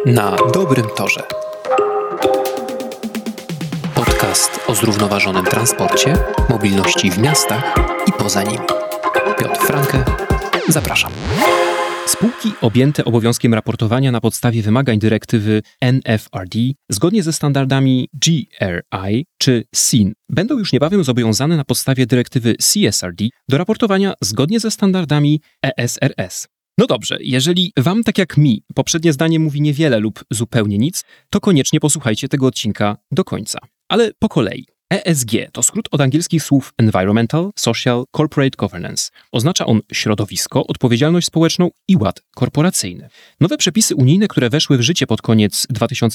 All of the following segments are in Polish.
Na dobrym torze. Podcast o zrównoważonym transporcie, mobilności w miastach i poza nimi. Piotr Franke, zapraszam. Spółki objęte obowiązkiem raportowania na podstawie wymagań dyrektywy NFRD zgodnie ze standardami GRI czy SIN będą już niebawem zobowiązane na podstawie dyrektywy CSRD do raportowania zgodnie ze standardami ESRS. No dobrze, jeżeli wam tak jak mi poprzednie zdanie mówi niewiele lub zupełnie nic, to koniecznie posłuchajcie tego odcinka do końca. Ale po kolei. ESG to skrót od angielskich słów Environmental, Social, Corporate Governance. Oznacza on środowisko, odpowiedzialność społeczną i ład korporacyjny. Nowe przepisy unijne, które weszły w życie pod koniec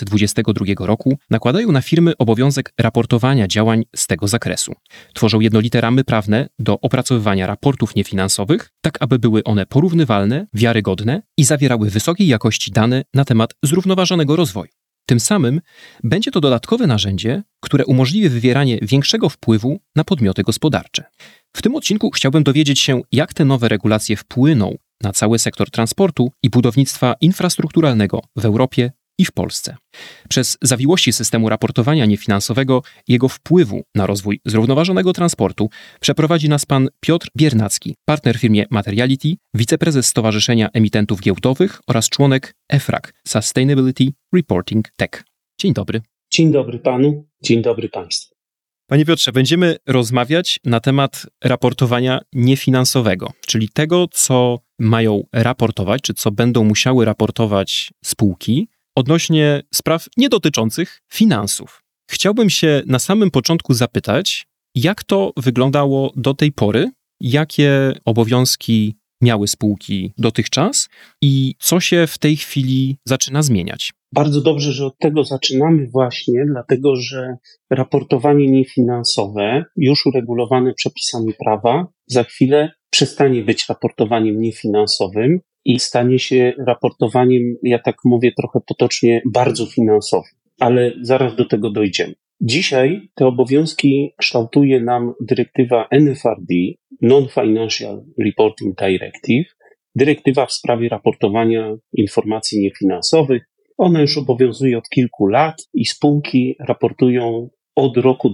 2022 roku, nakładają na firmy obowiązek raportowania działań z tego zakresu. Tworzą jednolite ramy prawne do opracowywania raportów niefinansowych, tak aby były one porównywalne, wiarygodne i zawierały wysokiej jakości dane na temat zrównoważonego rozwoju. Tym samym będzie to dodatkowe narzędzie, które umożliwi wywieranie większego wpływu na podmioty gospodarcze. W tym odcinku chciałbym dowiedzieć się, jak te nowe regulacje wpłyną na cały sektor transportu i budownictwa infrastrukturalnego w Europie i w Polsce. Przez zawiłości systemu raportowania niefinansowego i jego wpływu na rozwój zrównoważonego transportu przeprowadzi nas pan Piotr Biernacki, partner w firmie Materiality, wiceprezes Stowarzyszenia Emitentów Giełdowych oraz członek EFRAG Sustainability Reporting Tech. Dzień dobry. Dzień dobry panu, dzień dobry państwu. Panie Piotrze, będziemy rozmawiać na temat raportowania niefinansowego, czyli tego, co mają raportować, czy co będą musiały raportować spółki odnośnie spraw niedotyczących finansów. Chciałbym się na samym początku zapytać, jak to wyglądało do tej pory, jakie obowiązki miały spółki dotychczas i co się w tej chwili zaczyna zmieniać. Bardzo dobrze, że od tego zaczynamy właśnie, dlatego że raportowanie niefinansowe, już uregulowane przepisami prawa, za chwilę przestanie być raportowaniem niefinansowym i stanie się raportowaniem, ja tak mówię trochę potocznie, bardzo finansowym. Ale zaraz do tego dojdziemy. Dzisiaj te obowiązki kształtuje nam dyrektywa NFRD, Non-Financial Reporting Directive, dyrektywa w sprawie raportowania informacji niefinansowych. Ona już obowiązuje od kilku lat i spółki raportują od roku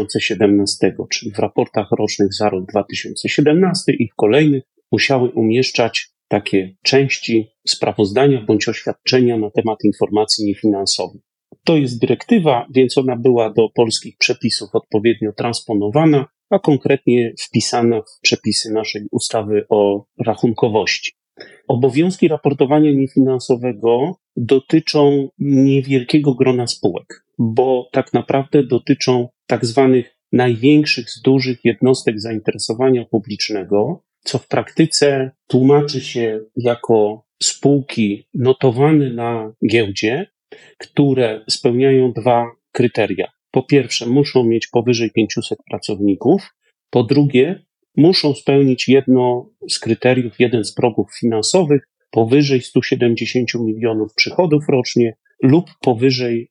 2017, czyli w raportach rocznych za rok 2017 i w kolejnych musiały umieszczać takie części sprawozdania bądź oświadczenia na temat informacji niefinansowych. To jest dyrektywa, więc ona była do polskich przepisów odpowiednio transponowana, a konkretnie wpisana w przepisy naszej ustawy o rachunkowości. Obowiązki raportowania niefinansowego dotyczą niewielkiego grona spółek, bo tak naprawdę dotyczą tak zwanych największych z dużych jednostek zainteresowania publicznego, co w praktyce tłumaczy się jako spółki notowane na giełdzie, które spełniają dwa kryteria. Po pierwsze, muszą mieć powyżej 500 pracowników. Po drugie, muszą spełnić jedno z kryteriów, jeden z progów finansowych, powyżej 170 milionów przychodów rocznie lub powyżej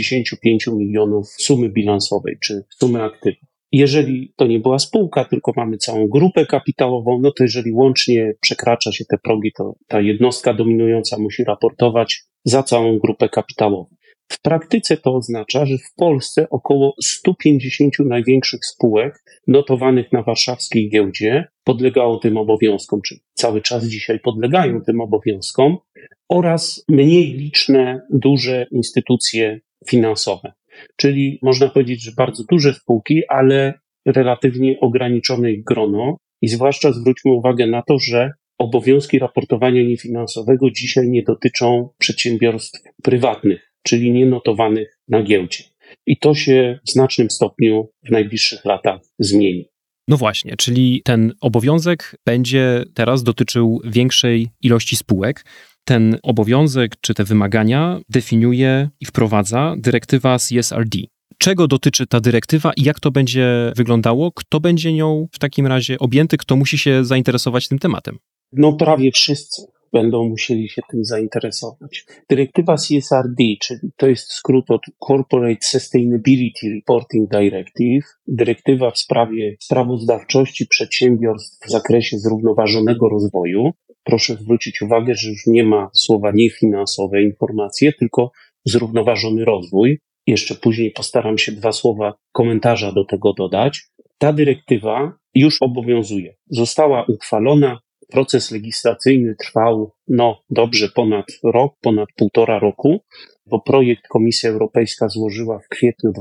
85 milionów sumy bilansowej czy sumy aktywów. Jeżeli to nie była spółka, tylko mamy całą grupę kapitałową, no to jeżeli łącznie przekracza się te progi, to ta jednostka dominująca musi raportować za całą grupę kapitałową. W praktyce to oznacza, że w Polsce około 150 największych spółek notowanych na warszawskiej giełdzie podlegało tym obowiązkom, czy cały czas dzisiaj podlegają tym obowiązkom, oraz mniej liczne, duże instytucje finansowe. Czyli można powiedzieć, że bardzo duże spółki, ale relatywnie ograniczone ich grono i zwłaszcza zwróćmy uwagę na to, że obowiązki raportowania niefinansowego dzisiaj nie dotyczą przedsiębiorstw prywatnych, czyli nie notowanych na giełdzie. I to się w znacznym stopniu w najbliższych latach zmieni. No właśnie, czyli ten obowiązek będzie teraz dotyczył większej ilości spółek. Ten obowiązek czy te wymagania definiuje i wprowadza dyrektywa CSRD. Czego dotyczy ta dyrektywa i jak to będzie wyglądało? Kto będzie nią w takim razie objęty? Kto musi się zainteresować tym tematem? No prawie wszyscy będą musieli się tym zainteresować. Dyrektywa CSRD, czyli to jest skrót od Corporate Sustainability Reporting Directive, dyrektywa w sprawie sprawozdawczości przedsiębiorstw w zakresie zrównoważonego rozwoju. proszę zwrócić uwagę, że już nie ma słowa niefinansowe informacje, tylko zrównoważony rozwój. Jeszcze później postaram się 2 słowa komentarza do tego dodać. Ta dyrektywa już obowiązuje. Została uchwalona. Proces legislacyjny trwał, dobrze ponad rok, ponad 1,5 roku, bo projekt Komisja Europejska złożyła w kwietniu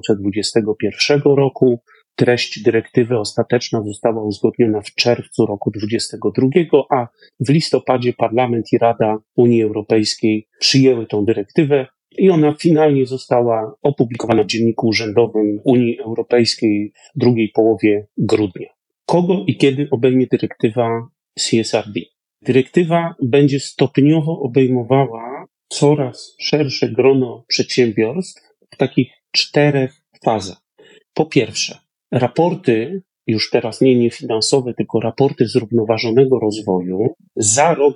2021 roku. Treść dyrektywy ostateczna została uzgodniona w czerwcu roku 2022, a w listopadzie Parlament i Rada Unii Europejskiej przyjęły tę dyrektywę i ona finalnie została opublikowana w Dzienniku Urzędowym Unii Europejskiej w drugiej połowie grudnia. Kogo i kiedy obejmie dyrektywa CSRD? Dyrektywa będzie stopniowo obejmowała coraz szersze grono przedsiębiorstw w takich 4 fazach. Po pierwsze, raporty, już teraz nie niefinansowe, tylko raporty zrównoważonego rozwoju za rok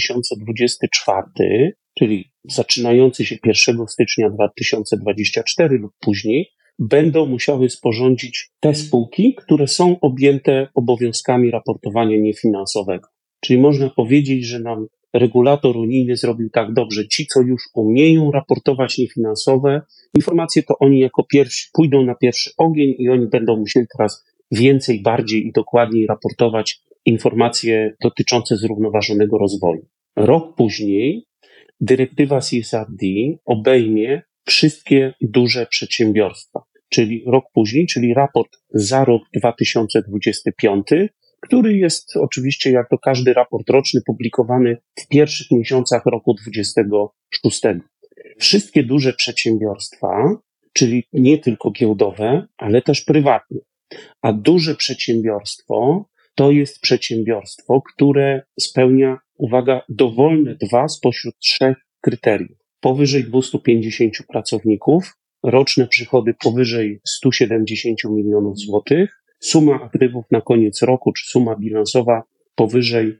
2024, czyli zaczynający się 1 stycznia 2024 lub później, będą musiały sporządzić te spółki, które są objęte obowiązkami raportowania niefinansowego. Czyli można powiedzieć, że nam regulator unijny zrobił tak dobrze. Ci, co już umieją raportować niefinansowe informacje, to oni jako pierwsi pójdą na pierwszy ogień i oni będą musieli teraz więcej, bardziej i dokładniej raportować informacje dotyczące zrównoważonego rozwoju. Rok później dyrektywa CSRD obejmie wszystkie duże przedsiębiorstwa, czyli rok później, czyli raport za rok 2025, który jest oczywiście, jak to każdy raport roczny, publikowany w pierwszych miesiącach roku 2026. Wszystkie duże przedsiębiorstwa, czyli nie tylko giełdowe, ale też prywatne. A duże przedsiębiorstwo to jest przedsiębiorstwo, które spełnia, uwaga, dowolne 2 spośród 3 kryteriów. Powyżej 250 pracowników, roczne przychody powyżej 170 milionów złotych, suma aktywów na koniec roku, czy suma bilansowa powyżej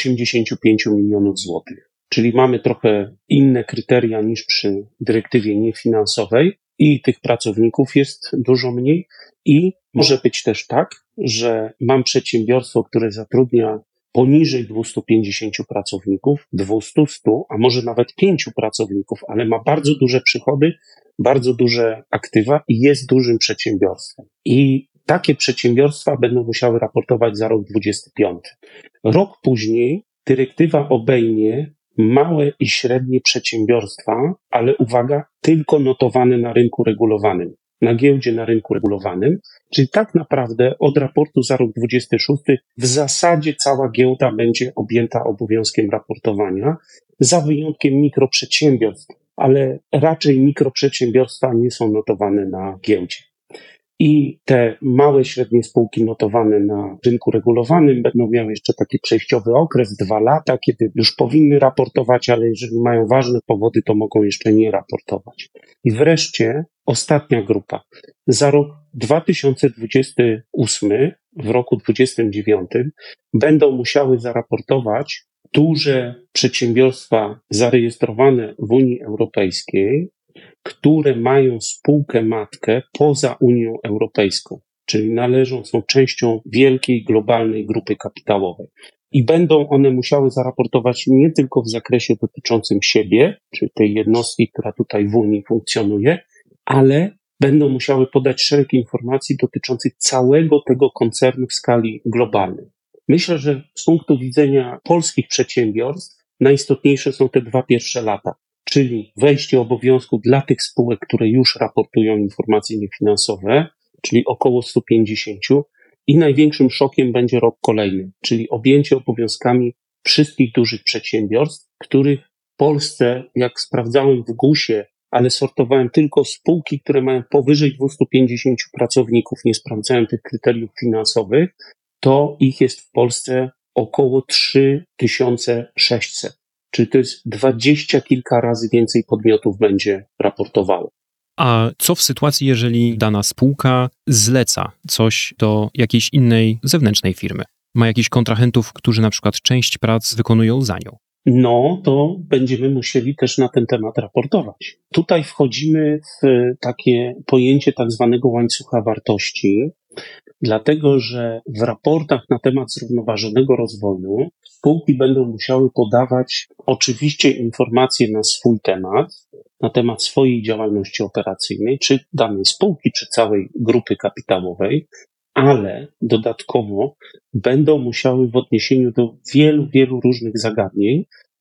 85 milionów złotych. Czyli mamy trochę inne kryteria niż przy dyrektywie niefinansowej i tych pracowników jest dużo mniej i może być też tak, że mam przedsiębiorstwo, które zatrudnia poniżej 250 pracowników, 200, 100, a może nawet 5 pracowników, ale ma bardzo duże przychody, bardzo duże aktywa i jest dużym przedsiębiorstwem. I takie przedsiębiorstwa będą musiały raportować za rok 2025. Rok później dyrektywa obejmie małe i średnie przedsiębiorstwa, ale uwaga, tylko notowane na rynku regulowanym, na giełdzie na rynku regulowanym, czyli tak naprawdę od raportu za rok 2026 w zasadzie cała giełda będzie objęta obowiązkiem raportowania, za wyjątkiem mikroprzedsiębiorstw, ale raczej mikroprzedsiębiorstwa nie są notowane na giełdzie. I te małe, średnie spółki notowane na rynku regulowanym będą miały jeszcze taki przejściowy okres, 2 lata, kiedy już powinny raportować, ale jeżeli mają ważne powody, to mogą jeszcze nie raportować. I wreszcie ostatnia grupa. Za rok 2028, w roku 2029 będą musiały zaraportować duże przedsiębiorstwa zarejestrowane w Unii Europejskiej, które mają spółkę matkę poza Unią Europejską, czyli są częścią wielkiej globalnej grupy kapitałowej. I będą one musiały zaraportować nie tylko w zakresie dotyczącym siebie, czyli tej jednostki, która tutaj w Unii funkcjonuje, ale będą musiały podać szereg informacji dotyczących całego tego koncernu w skali globalnej. Myślę, że z punktu widzenia polskich przedsiębiorstw najistotniejsze są te 2 pierwsze lata, czyli wejście obowiązku dla tych spółek, które już raportują informacje niefinansowe, czyli około 150, i największym szokiem będzie rok kolejny, czyli objęcie obowiązkami wszystkich dużych przedsiębiorstw, których w Polsce, jak sprawdzałem w GUS-ie, ale sortowałem tylko spółki, które mają powyżej 250 pracowników, nie sprawdzałem tych kryteriów finansowych, to ich jest w Polsce około 3600. Czyli to jest 20 kilka razy więcej podmiotów będzie raportowało. A co w sytuacji, jeżeli dana spółka zleca coś do jakiejś innej zewnętrznej firmy? Ma jakichś kontrahentów, którzy na przykład część prac wykonują za nią? No, to będziemy musieli też na ten temat raportować. Tutaj wchodzimy w takie pojęcie tak zwanego łańcucha wartości, Dlatego, że w raportach na temat zrównoważonego rozwoju spółki będą musiały podawać oczywiście informacje na swój temat, na temat swojej działalności operacyjnej, czy danej spółki, czy całej grupy kapitałowej, ale dodatkowo będą musiały w odniesieniu do wielu, wielu różnych zagadnień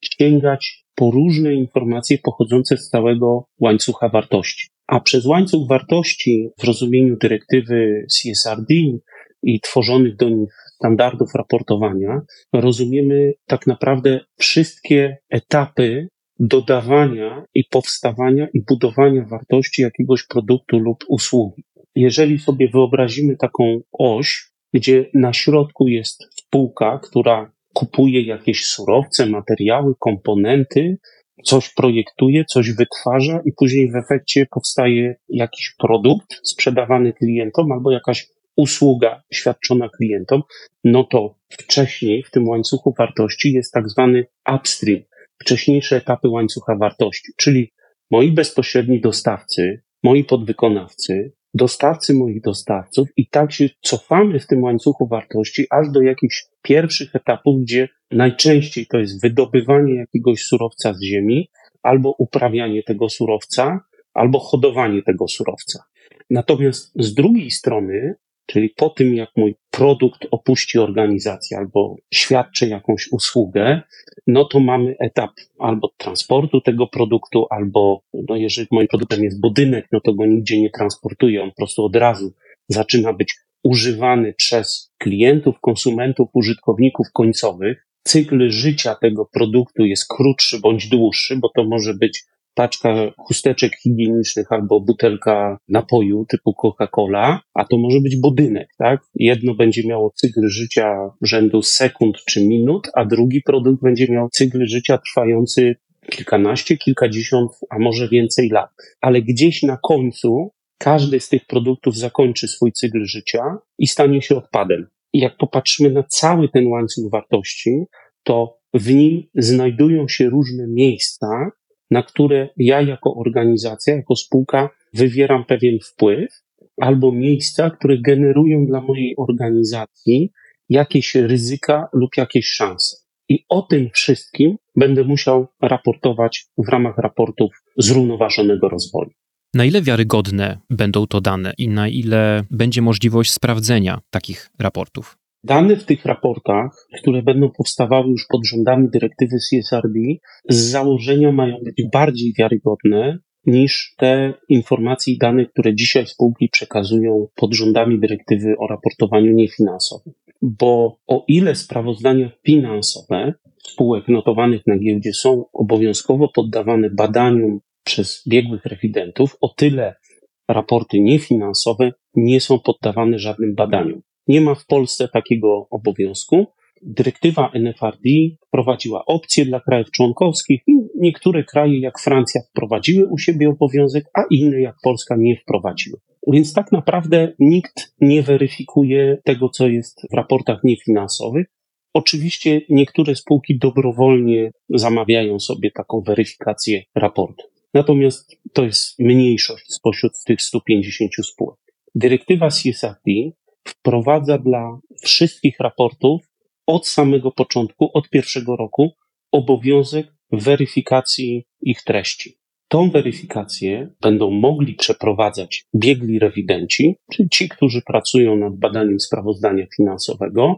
sięgać po różne informacje pochodzące z całego łańcucha wartości. A przez łańcuch wartości w rozumieniu dyrektywy CSRD i tworzonych do nich standardów raportowania rozumiemy tak naprawdę wszystkie etapy dodawania i powstawania i budowania wartości jakiegoś produktu lub usługi. Jeżeli sobie wyobrazimy taką oś, gdzie na środku jest spółka, która kupuje jakieś surowce, materiały, komponenty, coś projektuje, coś wytwarza i później w efekcie powstaje jakiś produkt sprzedawany klientom albo jakaś usługa świadczona klientom, no to wcześniej w tym łańcuchu wartości jest tak zwany upstream, wcześniejsze etapy łańcucha wartości, czyli moi bezpośredni dostawcy, moi podwykonawcy, dostawcy moich dostawców i tak się cofamy w tym łańcuchu wartości aż do jakichś pierwszych etapów, gdzie najczęściej to jest wydobywanie jakiegoś surowca z ziemi, albo uprawianie tego surowca, albo hodowanie tego surowca. Natomiast z drugiej strony, czyli po tym, jak mój produkt opuści organizację albo świadczy jakąś usługę, no to mamy etap albo transportu tego produktu, albo no jeżeli moim produktem jest budynek, no to go nigdzie nie transportuję, on po prostu od razu zaczyna być używany przez klientów, konsumentów, użytkowników końcowych. Cykl życia tego produktu jest krótszy bądź dłuższy, bo to może być paczka chusteczek higienicznych albo butelka napoju typu Coca-Cola, a to może być budynek, tak? Jedno będzie miało cykl życia rzędu sekund czy minut, a drugi produkt będzie miał cykl życia trwający kilkanaście, kilkadziesiąt, a może więcej lat. Ale gdzieś na końcu każdy z tych produktów zakończy swój cykl życia i stanie się odpadem. I jak popatrzymy na cały ten łańcuch wartości, to w nim znajdują się różne miejsca, na które ja jako organizacja, jako spółka wywieram pewien wpływ, albo miejsca, które generują dla mojej organizacji jakieś ryzyka lub jakieś szanse. I o tym wszystkim będę musiał raportować w ramach raportów zrównoważonego rozwoju. Na ile wiarygodne będą to dane i na ile będzie możliwość sprawdzenia takich raportów? Dane w tych raportach, które będą powstawały już pod rządami dyrektywy CSRD, z założenia mają być bardziej wiarygodne niż te informacje i dane, które dzisiaj spółki przekazują pod rządami dyrektywy o raportowaniu niefinansowym. Bo o ile sprawozdania finansowe spółek notowanych na giełdzie są obowiązkowo poddawane badaniom przez biegłych rewidentów, o tyle raporty niefinansowe nie są poddawane żadnym badaniom. Nie ma w Polsce takiego obowiązku. Dyrektywa NFRD wprowadziła opcje dla krajów członkowskich i niektóre kraje jak Francja wprowadziły u siebie obowiązek, a inne jak Polska nie wprowadziły. Więc tak naprawdę nikt nie weryfikuje tego, co jest w raportach niefinansowych. Oczywiście niektóre spółki dobrowolnie zamawiają sobie taką weryfikację raportu. Natomiast to jest mniejszość spośród tych 150 spółek. Dyrektywa CSRD wprowadza dla wszystkich raportów od samego początku, od pierwszego roku, obowiązek weryfikacji ich treści. Tą weryfikację będą mogli przeprowadzać biegli rewidenci, czyli ci, którzy pracują nad badaniem sprawozdania finansowego,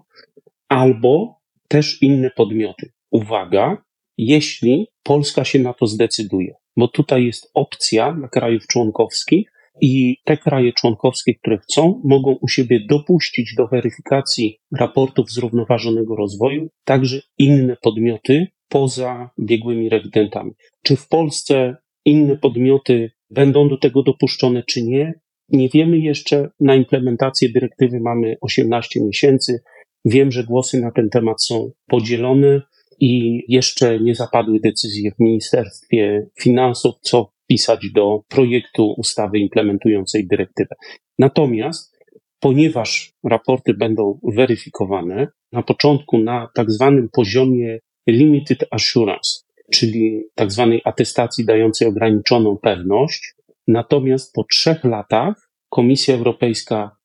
albo też inne podmioty. Uwaga, jeśli Polska się na to zdecyduje, bo tutaj jest opcja dla krajów członkowskich i te kraje członkowskie, które chcą, mogą u siebie dopuścić do weryfikacji raportów zrównoważonego rozwoju także inne podmioty poza biegłymi rewidentami. Czy w Polsce inne podmioty będą do tego dopuszczone, czy nie? Nie wiemy jeszcze. Na implementację dyrektywy mamy 18 miesięcy. Wiem, że głosy na ten temat są podzielone i jeszcze nie zapadły decyzje w Ministerstwie Finansów, co wpisać do projektu ustawy implementującej dyrektywę. Natomiast, ponieważ raporty będą weryfikowane, na początku na tak zwanym poziomie limited assurance, czyli tak zwanej atestacji dającej ograniczoną pewność, natomiast po 3 latach Komisja Europejska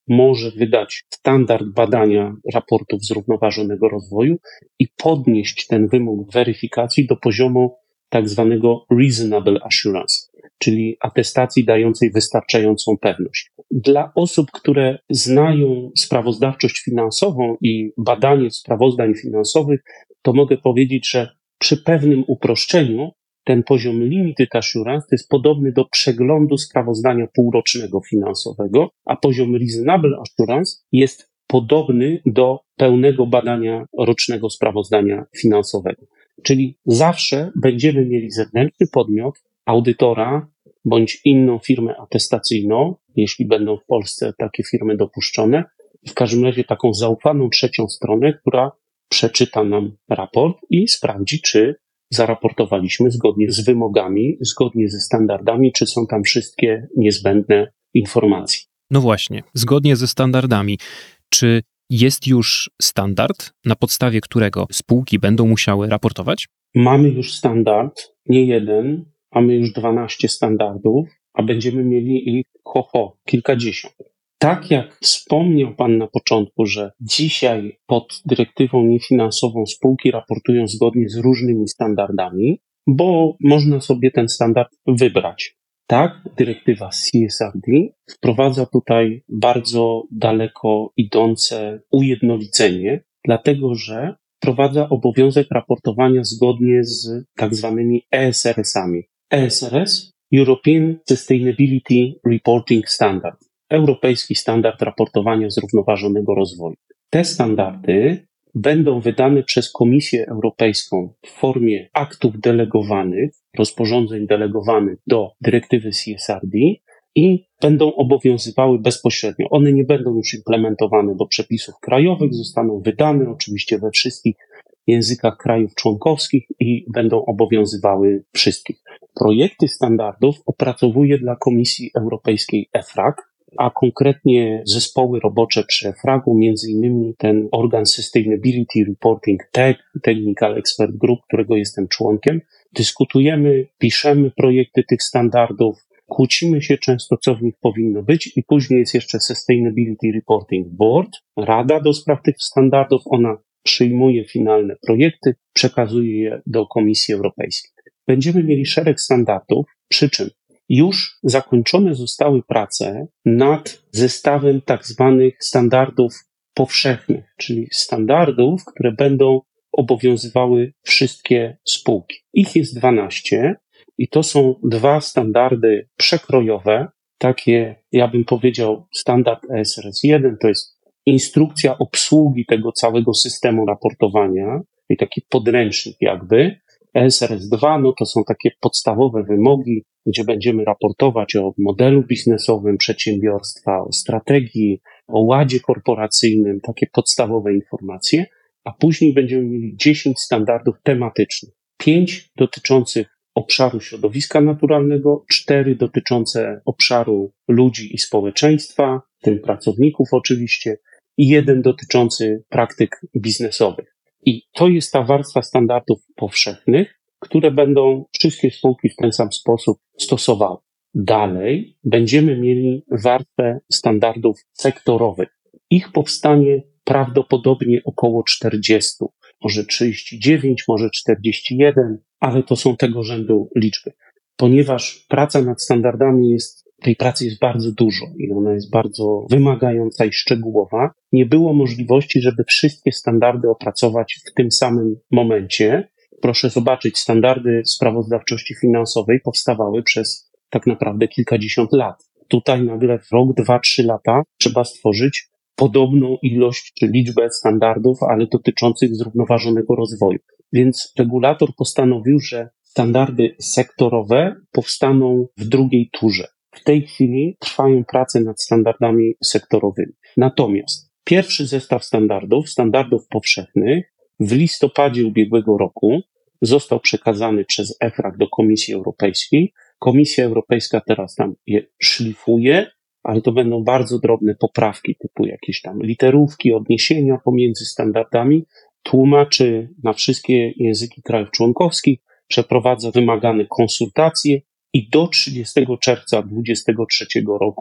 może wydać standard badania raportów zrównoważonego rozwoju i podnieść ten wymóg weryfikacji do poziomu tak zwanego reasonable assurance, czyli atestacji dającej wystarczającą pewność. Dla osób, które znają sprawozdawczość finansową i badanie sprawozdań finansowych, to mogę powiedzieć, że przy pewnym uproszczeniu ten poziom limited assurance to jest podobny do przeglądu sprawozdania półrocznego finansowego, a poziom reasonable assurance jest podobny do pełnego badania rocznego sprawozdania finansowego. Czyli zawsze będziemy mieli zewnętrzny podmiot, audytora bądź inną firmę atestacyjną, jeśli będą w Polsce takie firmy dopuszczone, w każdym razie taką zaufaną trzecią stronę, która przeczyta nam raport i sprawdzi, czy zaraportowaliśmy zgodnie z wymogami, zgodnie ze standardami, czy są tam wszystkie niezbędne informacje. No właśnie, zgodnie ze standardami. Czy jest już standard, na podstawie którego spółki będą musiały raportować? Mamy już standard, nie jeden, mamy już 12 standardów, a będziemy mieli ich kilkadziesiąt. Tak jak wspomniał Pan na początku, że dzisiaj pod dyrektywą niefinansową spółki raportują zgodnie z różnymi standardami, bo można sobie ten standard wybrać. Tak, dyrektywa CSRD wprowadza tutaj bardzo daleko idące ujednolicenie, dlatego że wprowadza obowiązek raportowania zgodnie z tak zwanymi ESRS-ami. ESRS, European Sustainability Reporting Standard, Europejski Standard Raportowania Zrównoważonego Rozwoju. Te standardy będą wydane przez Komisję Europejską w formie aktów delegowanych, rozporządzeń delegowanych do dyrektywy CSRD i będą obowiązywały bezpośrednio. One nie będą już implementowane do przepisów krajowych, zostaną wydane oczywiście we wszystkich językach krajów członkowskich i będą obowiązywały wszystkich. Projekty standardów opracowuje dla Komisji Europejskiej EFRAG, a konkretnie zespoły robocze przy EFRAG-u, między innymi ten organ Sustainability Reporting Technical Expert Group, którego jestem członkiem. Dyskutujemy, piszemy projekty tych standardów, kłócimy się często, co w nich powinno być i później jest jeszcze Sustainability Reporting Board, Rada do spraw tych standardów, ona przyjmuje finalne projekty, przekazuje je do Komisji Europejskiej. Będziemy mieli szereg standardów, przy czym już zakończone zostały prace nad zestawem tak zwanych standardów powszechnych, czyli standardów, które będą obowiązywały wszystkie spółki. Ich jest 12 i to są dwa standardy przekrojowe, takie, ja bym powiedział, standard ESRS 1 to jest instrukcja obsługi tego całego systemu raportowania, i taki podręcznik jakby. ESRS 2 no to są takie podstawowe wymogi, gdzie będziemy raportować o modelu biznesowym przedsiębiorstwa, o strategii, o ładzie korporacyjnym, takie podstawowe informacje, a później będziemy mieli 10 standardów tematycznych. 5 dotyczących obszaru środowiska naturalnego, 4 dotyczące obszaru ludzi i społeczeństwa, w tym pracowników oczywiście, i 1 dotyczący praktyk biznesowych. I to jest ta warstwa standardów powszechnych, które będą wszystkie spółki w ten sam sposób stosowały. Dalej będziemy mieli warstwę standardów sektorowych. Ich powstanie prawdopodobnie około 40, może 39, może 41, ale to są tego rzędu liczby. Ponieważ praca nad standardami tej pracy jest bardzo dużo i ona jest bardzo wymagająca i szczegółowa, nie było możliwości, żeby wszystkie standardy opracować w tym samym momencie. Proszę zobaczyć, standardy sprawozdawczości finansowej powstawały przez tak naprawdę kilkadziesiąt lat. Tutaj nagle w rok, 2, 3 lata trzeba stworzyć podobną ilość czy liczbę standardów, ale dotyczących zrównoważonego rozwoju. Więc regulator postanowił, że standardy sektorowe powstaną w drugiej turze. W tej chwili trwają prace nad standardami sektorowymi. Natomiast pierwszy zestaw standardów powszechnych, w listopadzie ubiegłego roku został przekazany przez EFRAG do Komisji Europejskiej. Komisja Europejska teraz tam je szlifuje, ale to będą bardzo drobne poprawki typu jakieś tam literówki, odniesienia pomiędzy standardami, tłumaczy na wszystkie języki krajów członkowskich, przeprowadza wymagane konsultacje i do 30 czerwca 2023 roku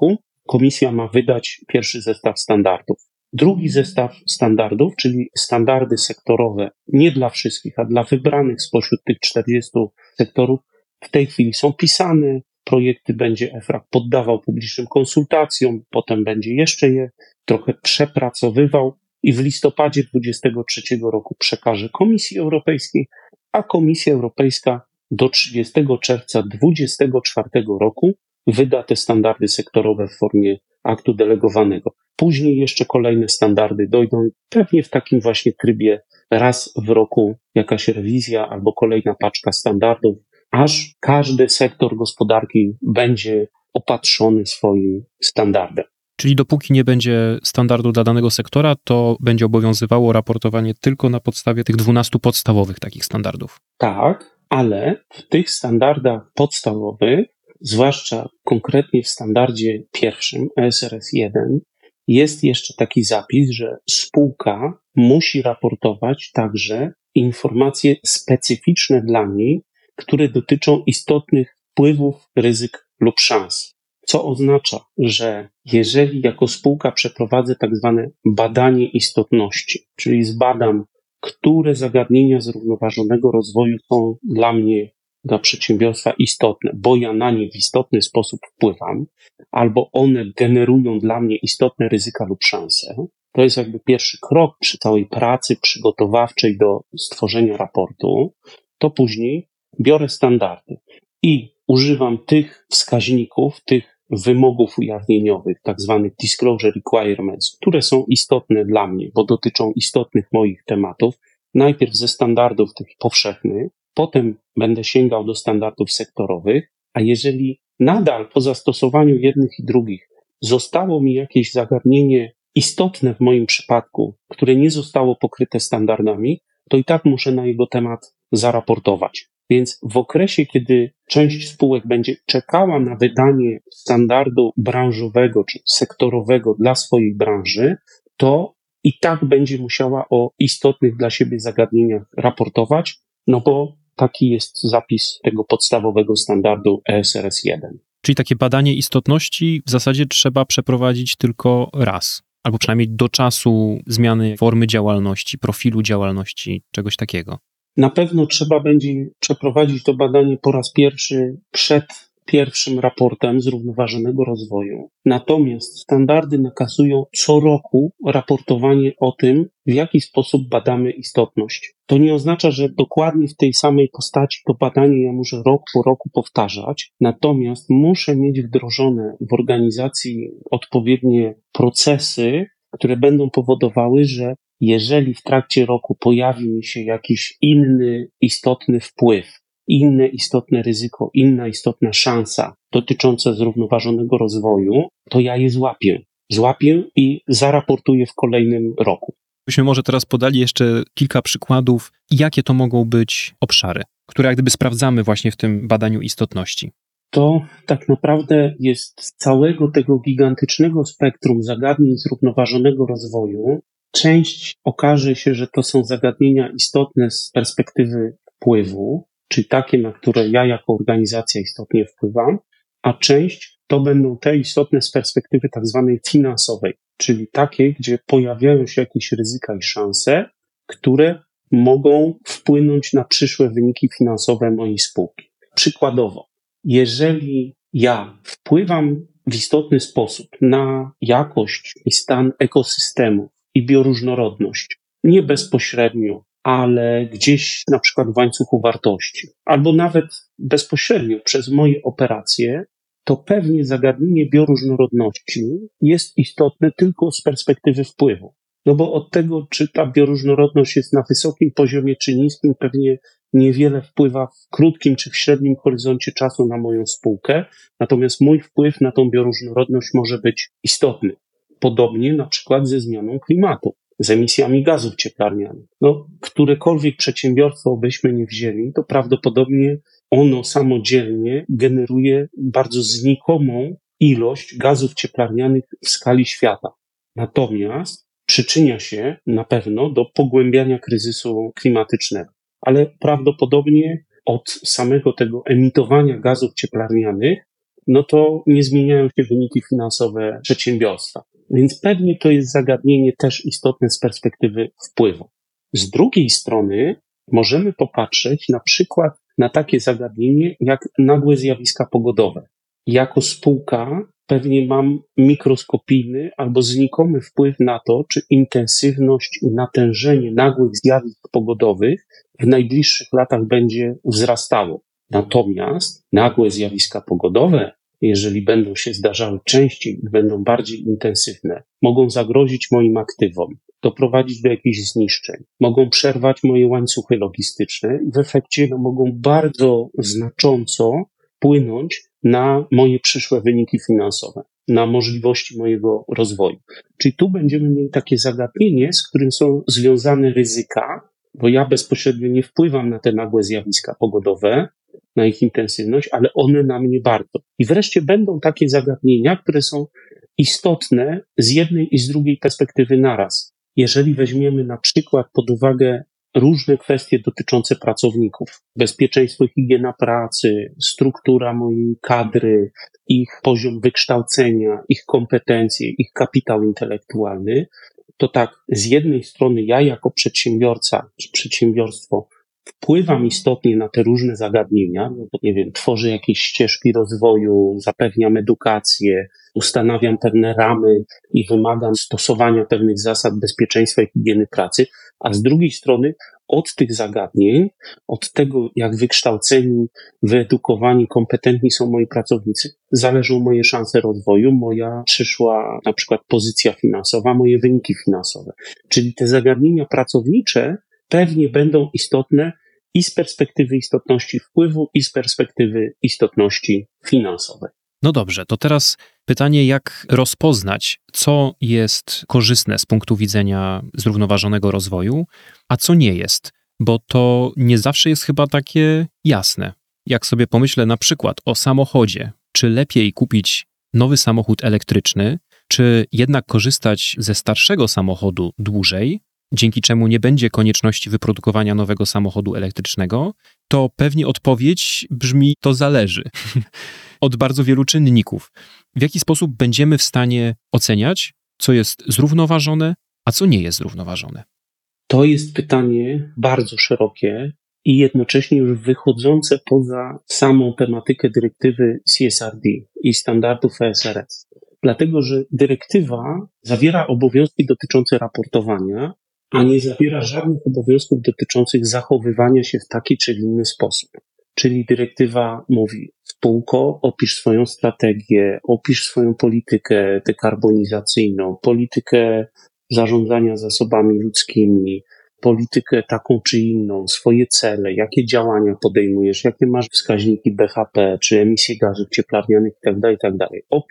komisja ma wydać pierwszy zestaw standardów. Drugi zestaw standardów, czyli standardy sektorowe, nie dla wszystkich, a dla wybranych spośród tych 40 sektorów, w tej chwili są pisane. Projekty będzie EFRAG poddawał publicznym konsultacjom, potem będzie jeszcze je trochę przepracowywał i w listopadzie 2023 roku przekaże Komisji Europejskiej, a Komisja Europejska do 30 czerwca 2024 roku wyda te standardy sektorowe w formie aktu delegowanego. Później jeszcze kolejne standardy dojdą, pewnie w takim właśnie trybie raz w roku jakaś rewizja albo kolejna paczka standardów, aż każdy sektor gospodarki będzie opatrzony swoim standardem. Czyli dopóki nie będzie standardu dla danego sektora, to będzie obowiązywało raportowanie tylko na podstawie tych 12 podstawowych takich standardów. Tak, ale w tych standardach podstawowych, zwłaszcza konkretnie w standardzie pierwszym, ESRS 1, jest jeszcze taki zapis, że spółka musi raportować także informacje specyficzne dla niej, które dotyczą istotnych wpływów, ryzyk lub szans. Co oznacza, że jeżeli jako spółka przeprowadzę tak zwane badanie istotności, czyli zbadam, które zagadnienia zrównoważonego rozwoju są dla mnie, dla przedsiębiorstwa istotne, bo ja na nie w istotny sposób wpływam, albo one generują dla mnie istotne ryzyka lub szanse, to jest jakby pierwszy krok przy całej pracy przygotowawczej do stworzenia raportu, to później biorę standardy i używam tych wskaźników, tych wymogów ujawnieniowych, tak zwanych disclosure requirements, które są istotne dla mnie, bo dotyczą istotnych moich tematów. Najpierw ze standardów tych powszechnych, potem będę sięgał do standardów sektorowych, a jeżeli nadal po zastosowaniu jednych i drugich zostało mi jakieś zagadnienie istotne w moim przypadku, które nie zostało pokryte standardami, to i tak muszę na jego temat zaraportować. Więc w okresie, kiedy część spółek będzie czekała na wydanie standardu branżowego czy sektorowego dla swojej branży, to i tak będzie musiała o istotnych dla siebie zagadnieniach raportować, no bo taki jest zapis tego podstawowego standardu ESRS 1. Czyli takie badanie istotności w zasadzie trzeba przeprowadzić tylko raz, albo przynajmniej do czasu zmiany formy działalności, profilu działalności, czegoś takiego. Na pewno trzeba będzie przeprowadzić to badanie po raz pierwszy przed pierwszym raportem zrównoważonego rozwoju. Natomiast standardy nakazują co roku raportowanie o tym, w jaki sposób badamy istotność. To nie oznacza, że dokładnie w tej samej postaci to badanie ja muszę rok po roku powtarzać, natomiast muszę mieć wdrożone w organizacji odpowiednie procesy, które będą powodowały, że jeżeli w trakcie roku pojawi mi się jakiś inny istotny wpływ, inne istotne ryzyko, inna istotna szansa dotycząca zrównoważonego rozwoju, to ja je złapię i zaraportuję w kolejnym roku. Byśmy może teraz podali jeszcze kilka przykładów, jakie to mogą być obszary, które jak gdyby sprawdzamy właśnie w tym badaniu istotności. To tak naprawdę jest z całego tego gigantycznego spektrum zagadnień zrównoważonego rozwoju. Część okaże się, że to są zagadnienia istotne z perspektywy wpływu, czyli takie, na które ja jako organizacja istotnie wpływam, a część to będą te istotne z perspektywy tak zwanej finansowej, czyli takie, gdzie pojawiają się jakieś ryzyka i szanse, które mogą wpłynąć na przyszłe wyniki finansowe mojej spółki. Przykładowo, jeżeli ja wpływam w istotny sposób na jakość i stan ekosystemu i bioróżnorodność, nie bezpośrednio, ale gdzieś na przykład w łańcuchu wartości, albo nawet bezpośrednio przez moje operacje, to pewnie zagadnienie bioróżnorodności jest istotne tylko z perspektywy wpływu. No bo od tego, czy ta bioróżnorodność jest na wysokim poziomie, czy niskim, pewnie niewiele wpływa w krótkim czy w średnim horyzoncie czasu na moją spółkę, natomiast mój wpływ na tą bioróżnorodność może być istotny. Podobnie na przykład ze zmianą klimatu, z emisjami gazów cieplarnianych. No, którekolwiek przedsiębiorstwo byśmy nie wzięli, to prawdopodobnie ono samodzielnie generuje bardzo znikomą ilość gazów cieplarnianych w skali świata. Natomiast przyczynia się na pewno do pogłębiania kryzysu klimatycznego. Ale prawdopodobnie od samego tego emitowania gazów cieplarnianych no to nie zmieniają się wyniki finansowe przedsiębiorstwa. Więc pewnie to jest zagadnienie też istotne z perspektywy wpływu. Z drugiej strony możemy popatrzeć na przykład na takie zagadnienie jak nagłe zjawiska pogodowe. Jako spółka pewnie mam mikroskopijny albo znikomy wpływ na to, czy intensywność i natężenie nagłych zjawisk pogodowych w najbliższych latach będzie wzrastało. Natomiast nagłe zjawiska pogodowe, jeżeli będą się zdarzały częściej i będą bardziej intensywne, mogą zagrozić moim aktywom, doprowadzić do jakichś zniszczeń, mogą przerwać moje łańcuchy logistyczne i w efekcie mogą bardzo znacząco wpłynąć na moje przyszłe wyniki finansowe, na możliwości mojego rozwoju. Czyli tu będziemy mieli takie zagadnienie, z którym są związane ryzyka, bo ja bezpośrednio nie wpływam na te nagłe zjawiska pogodowe, na ich intensywność, ale one na mnie bardzo. I wreszcie będą takie zagadnienia, które są istotne z jednej i z drugiej perspektywy naraz. Jeżeli weźmiemy na przykład pod uwagę różne kwestie dotyczące pracowników, bezpieczeństwo, higiena pracy, struktura mojej kadry, ich poziom wykształcenia, ich kompetencje, ich kapitał intelektualny, to tak, z jednej strony ja jako przedsiębiorca czy przedsiębiorstwo wpływam istotnie na te różne zagadnienia, no bo nie wiem, tworzę jakieś ścieżki rozwoju, zapewniam edukację, ustanawiam pewne ramy i wymagam stosowania pewnych zasad bezpieczeństwa i higieny pracy, a z drugiej strony od tych zagadnień, od tego, jak wykształceni, wyedukowani, kompetentni są moi pracownicy, zależą moje szanse rozwoju, moja przyszła na przykład pozycja finansowa, moje wyniki finansowe. Czyli te zagadnienia pracownicze pewnie będą istotne i z perspektywy istotności wpływu, i z perspektywy istotności finansowej. No dobrze, to teraz pytanie, jak rozpoznać, co jest korzystne z punktu widzenia zrównoważonego rozwoju, a co nie jest, bo to nie zawsze jest chyba takie jasne. Jak sobie pomyślę na przykład o samochodzie, czy lepiej kupić nowy samochód elektryczny, czy jednak korzystać ze starszego samochodu dłużej, dzięki czemu nie będzie konieczności wyprodukowania nowego samochodu elektrycznego, to pewnie odpowiedź brzmi: to zależy. Od bardzo wielu czynników. W jaki sposób będziemy w stanie oceniać, co jest zrównoważone, a co nie jest zrównoważone? To jest pytanie bardzo szerokie i jednocześnie już wychodzące poza samą tematykę dyrektywy CSRD i standardów ESRS. Dlatego, że dyrektywa zawiera obowiązki dotyczące raportowania, a nie zawiera żadnych obowiązków dotyczących zachowywania się w taki czy inny sposób. Czyli dyrektywa mówi: spółko, opisz swoją strategię, opisz swoją politykę dekarbonizacyjną, politykę zarządzania zasobami ludzkimi, politykę taką czy inną, swoje cele, jakie działania podejmujesz, jakie masz wskaźniki BHP, czy emisje gazów cieplarnianych itd.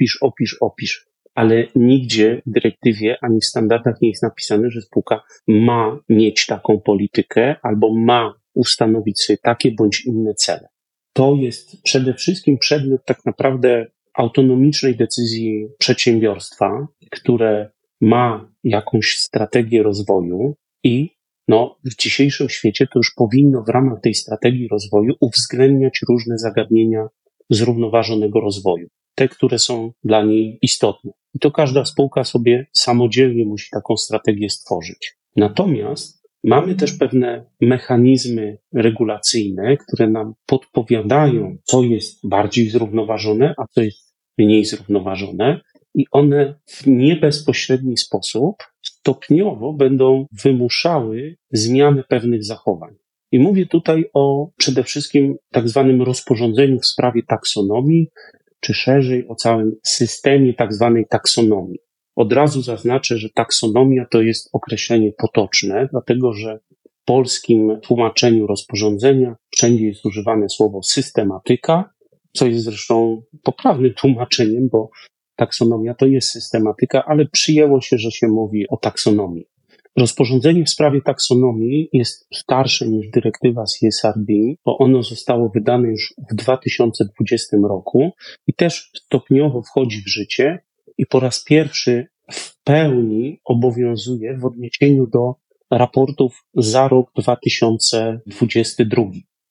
Opisz. Ale nigdzie w dyrektywie ani w standardach nie jest napisane, że spółka ma mieć taką politykę albo ma ustanowić sobie takie bądź inne cele. To jest przede wszystkim przedmiot tak naprawdę autonomicznej decyzji przedsiębiorstwa, które ma jakąś strategię rozwoju i w dzisiejszym świecie to już powinno w ramach tej strategii rozwoju uwzględniać różne zagadnienia zrównoważonego rozwoju. Te, które są dla niej istotne. I to każda spółka sobie samodzielnie musi taką strategię stworzyć. Natomiast mamy też pewne mechanizmy regulacyjne, które nam podpowiadają, co jest bardziej zrównoważone, a co jest mniej zrównoważone, i one w niebezpośredni sposób stopniowo będą wymuszały zmianę pewnych zachowań. I mówię tutaj o przede wszystkim tak zwanym rozporządzeniu w sprawie taksonomii, czy szerzej o całym systemie tak zwanej taksonomii. Od razu zaznaczę, że taksonomia to jest określenie potoczne, dlatego że w polskim tłumaczeniu rozporządzenia wszędzie jest używane słowo systematyka, co jest zresztą poprawnym tłumaczeniem, bo taksonomia to jest systematyka, ale przyjęło się, że się mówi o taksonomii. Rozporządzenie w sprawie taksonomii jest starsze niż dyrektywa CSRD, bo ono zostało wydane już w 2020 roku i też stopniowo wchodzi w życie i po raz pierwszy w pełni obowiązuje w odniesieniu do raportów za rok 2022.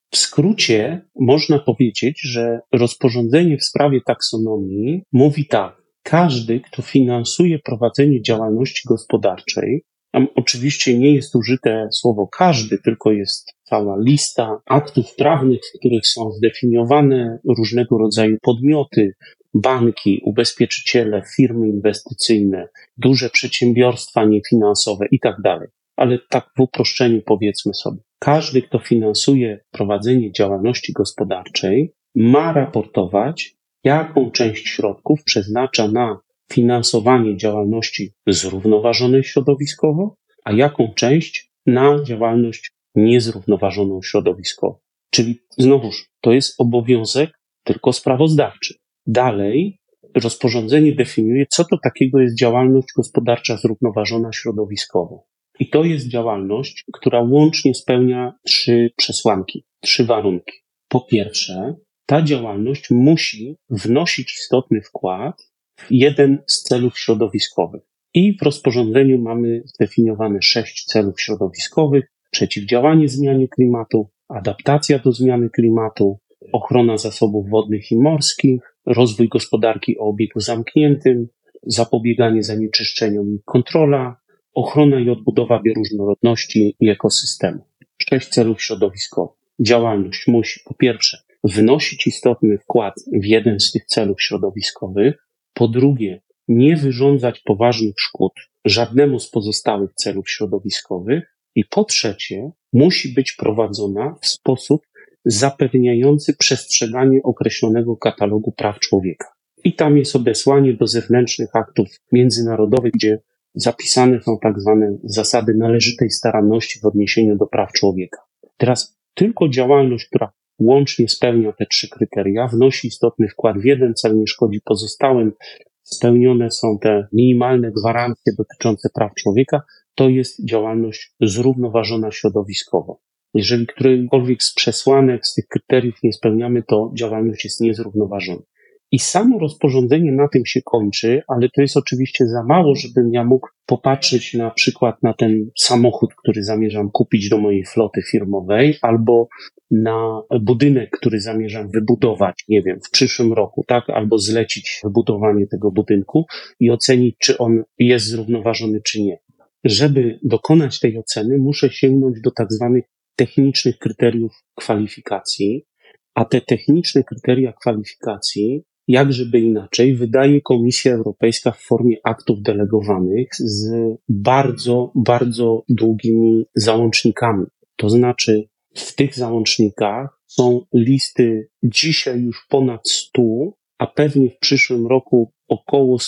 W skrócie można powiedzieć, że rozporządzenie w sprawie taksonomii mówi tak: każdy, kto finansuje prowadzenie działalności gospodarczej, tam oczywiście nie jest użyte słowo każdy, tylko jest cała lista aktów prawnych, w których są zdefiniowane różnego rodzaju podmioty, banki, ubezpieczyciele, firmy inwestycyjne, duże przedsiębiorstwa niefinansowe i tak dalej. Ale tak w uproszczeniu powiedzmy sobie, każdy, kto finansuje prowadzenie działalności gospodarczej, ma raportować, jaką część środków przeznacza na finansowanie działalności zrównoważonej środowiskowo, a jaką część na działalność niezrównoważoną środowiskowo. Czyli znowuż to jest obowiązek tylko sprawozdawczy. Dalej rozporządzenie definiuje, co to takiego jest działalność gospodarcza zrównoważona środowiskowo. I to jest działalność, która łącznie spełnia 3 przesłanki, 3 warunki. Po pierwsze, ta działalność musi wnosić istotny wkład w jeden z celów środowiskowych. I w rozporządzeniu mamy zdefiniowane 6 celów środowiskowych: przeciwdziałanie zmianie klimatu, adaptacja do zmiany klimatu, ochrona zasobów wodnych i morskich, rozwój gospodarki o obiegu zamkniętym, zapobieganie zanieczyszczeniom i kontrola, ochrona i odbudowa bioróżnorodności i ekosystemu. 6 celów środowiskowych. Działalność musi po pierwsze wnosić istotny wkład w jeden z tych celów środowiskowych, po drugie nie wyrządzać poważnych szkód żadnemu z pozostałych celów środowiskowych i po trzecie musi być prowadzona w sposób zapewniający przestrzeganie określonego katalogu praw człowieka. I tam jest odesłanie do zewnętrznych aktów międzynarodowych, gdzie zapisane są tak zwane zasady należytej staranności w odniesieniu do praw człowieka. Teraz tylko działalność, która łącznie spełnia te 3 kryteria, wnosi istotny wkład w jeden cel, nie szkodzi pozostałym, spełnione są te minimalne gwarancje dotyczące praw człowieka, to jest działalność zrównoważona środowiskowo. Jeżeli którejkolwiek z przesłanek, z tych kryteriów nie spełniamy, to działalność jest niezrównoważona. I samo rozporządzenie na tym się kończy, ale to jest oczywiście za mało, żebym ja mógł popatrzeć na przykład na ten samochód, który zamierzam kupić do mojej floty firmowej, albo na budynek, który zamierzam wybudować, nie wiem, w przyszłym roku, tak, albo zlecić wybudowanie tego budynku i ocenić, czy on jest zrównoważony, czy nie. Żeby dokonać tej oceny, muszę sięgnąć do tak zwanych technicznych kryteriów kwalifikacji, a te techniczne kryteria kwalifikacji, jak żeby inaczej, wydaje Komisja Europejska w formie aktów delegowanych z bardzo, bardzo długimi załącznikami. To znaczy, w tych załącznikach są listy dzisiaj już ponad 100, a pewnie w przyszłym roku około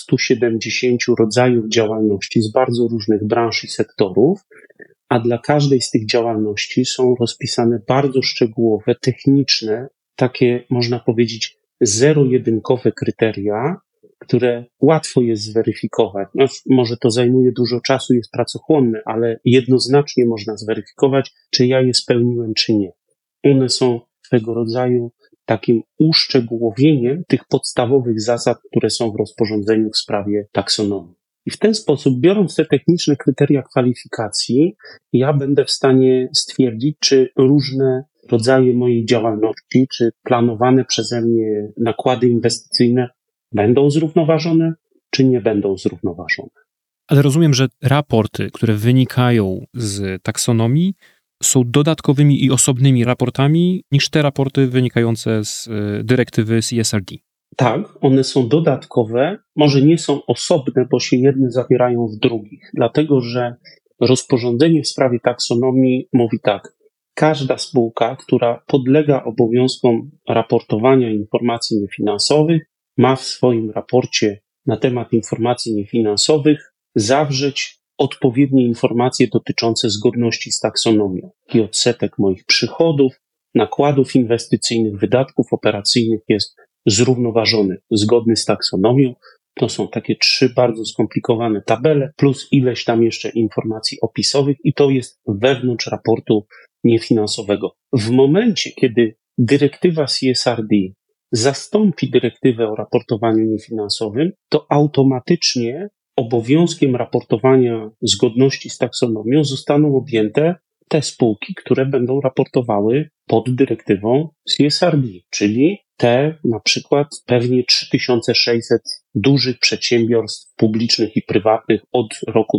170 rodzajów działalności z bardzo różnych branż i sektorów, a dla każdej z tych działalności są rozpisane bardzo szczegółowe, techniczne, takie można powiedzieć zero-jedynkowe kryteria, które łatwo jest zweryfikować. No, może to zajmuje dużo czasu, jest pracochłonne, ale jednoznacznie można zweryfikować, czy ja je spełniłem, czy nie. One są swego rodzaju takim uszczegółowieniem tych podstawowych zasad, które są w rozporządzeniu w sprawie taksonomii. I w ten sposób, biorąc te techniczne kryteria kwalifikacji, ja będę w stanie stwierdzić, czy różne rodzaje mojej działalności, czy planowane przeze mnie nakłady inwestycyjne będą zrównoważone, czy nie będą zrównoważone. Ale rozumiem, że raporty, które wynikają z taksonomii, są dodatkowymi i osobnymi raportami niż te raporty wynikające z dyrektywy CSRD. Tak, one są dodatkowe, może nie są osobne, bo się jedne zawierają w drugich, dlatego że rozporządzenie w sprawie taksonomii mówi tak: każda spółka, która podlega obowiązkom raportowania informacji niefinansowych, ma w swoim raporcie na temat informacji niefinansowych zawrzeć odpowiednie informacje dotyczące zgodności z taksonomią. I odsetek moich przychodów, nakładów inwestycyjnych, wydatków operacyjnych jest zrównoważony, zgodny z taksonomią. To są takie 3 bardzo skomplikowane tabele, plus ileś tam jeszcze informacji opisowych i to jest wewnątrz raportu niefinansowego. W momencie, kiedy dyrektywa CSRD zastąpi dyrektywę o raportowaniu niefinansowym, to automatycznie obowiązkiem raportowania zgodności z taksonomią zostaną objęte te spółki, które będą raportowały pod dyrektywą CSRD, czyli te na przykład pewnie 3600 dużych przedsiębiorstw publicznych i prywatnych od roku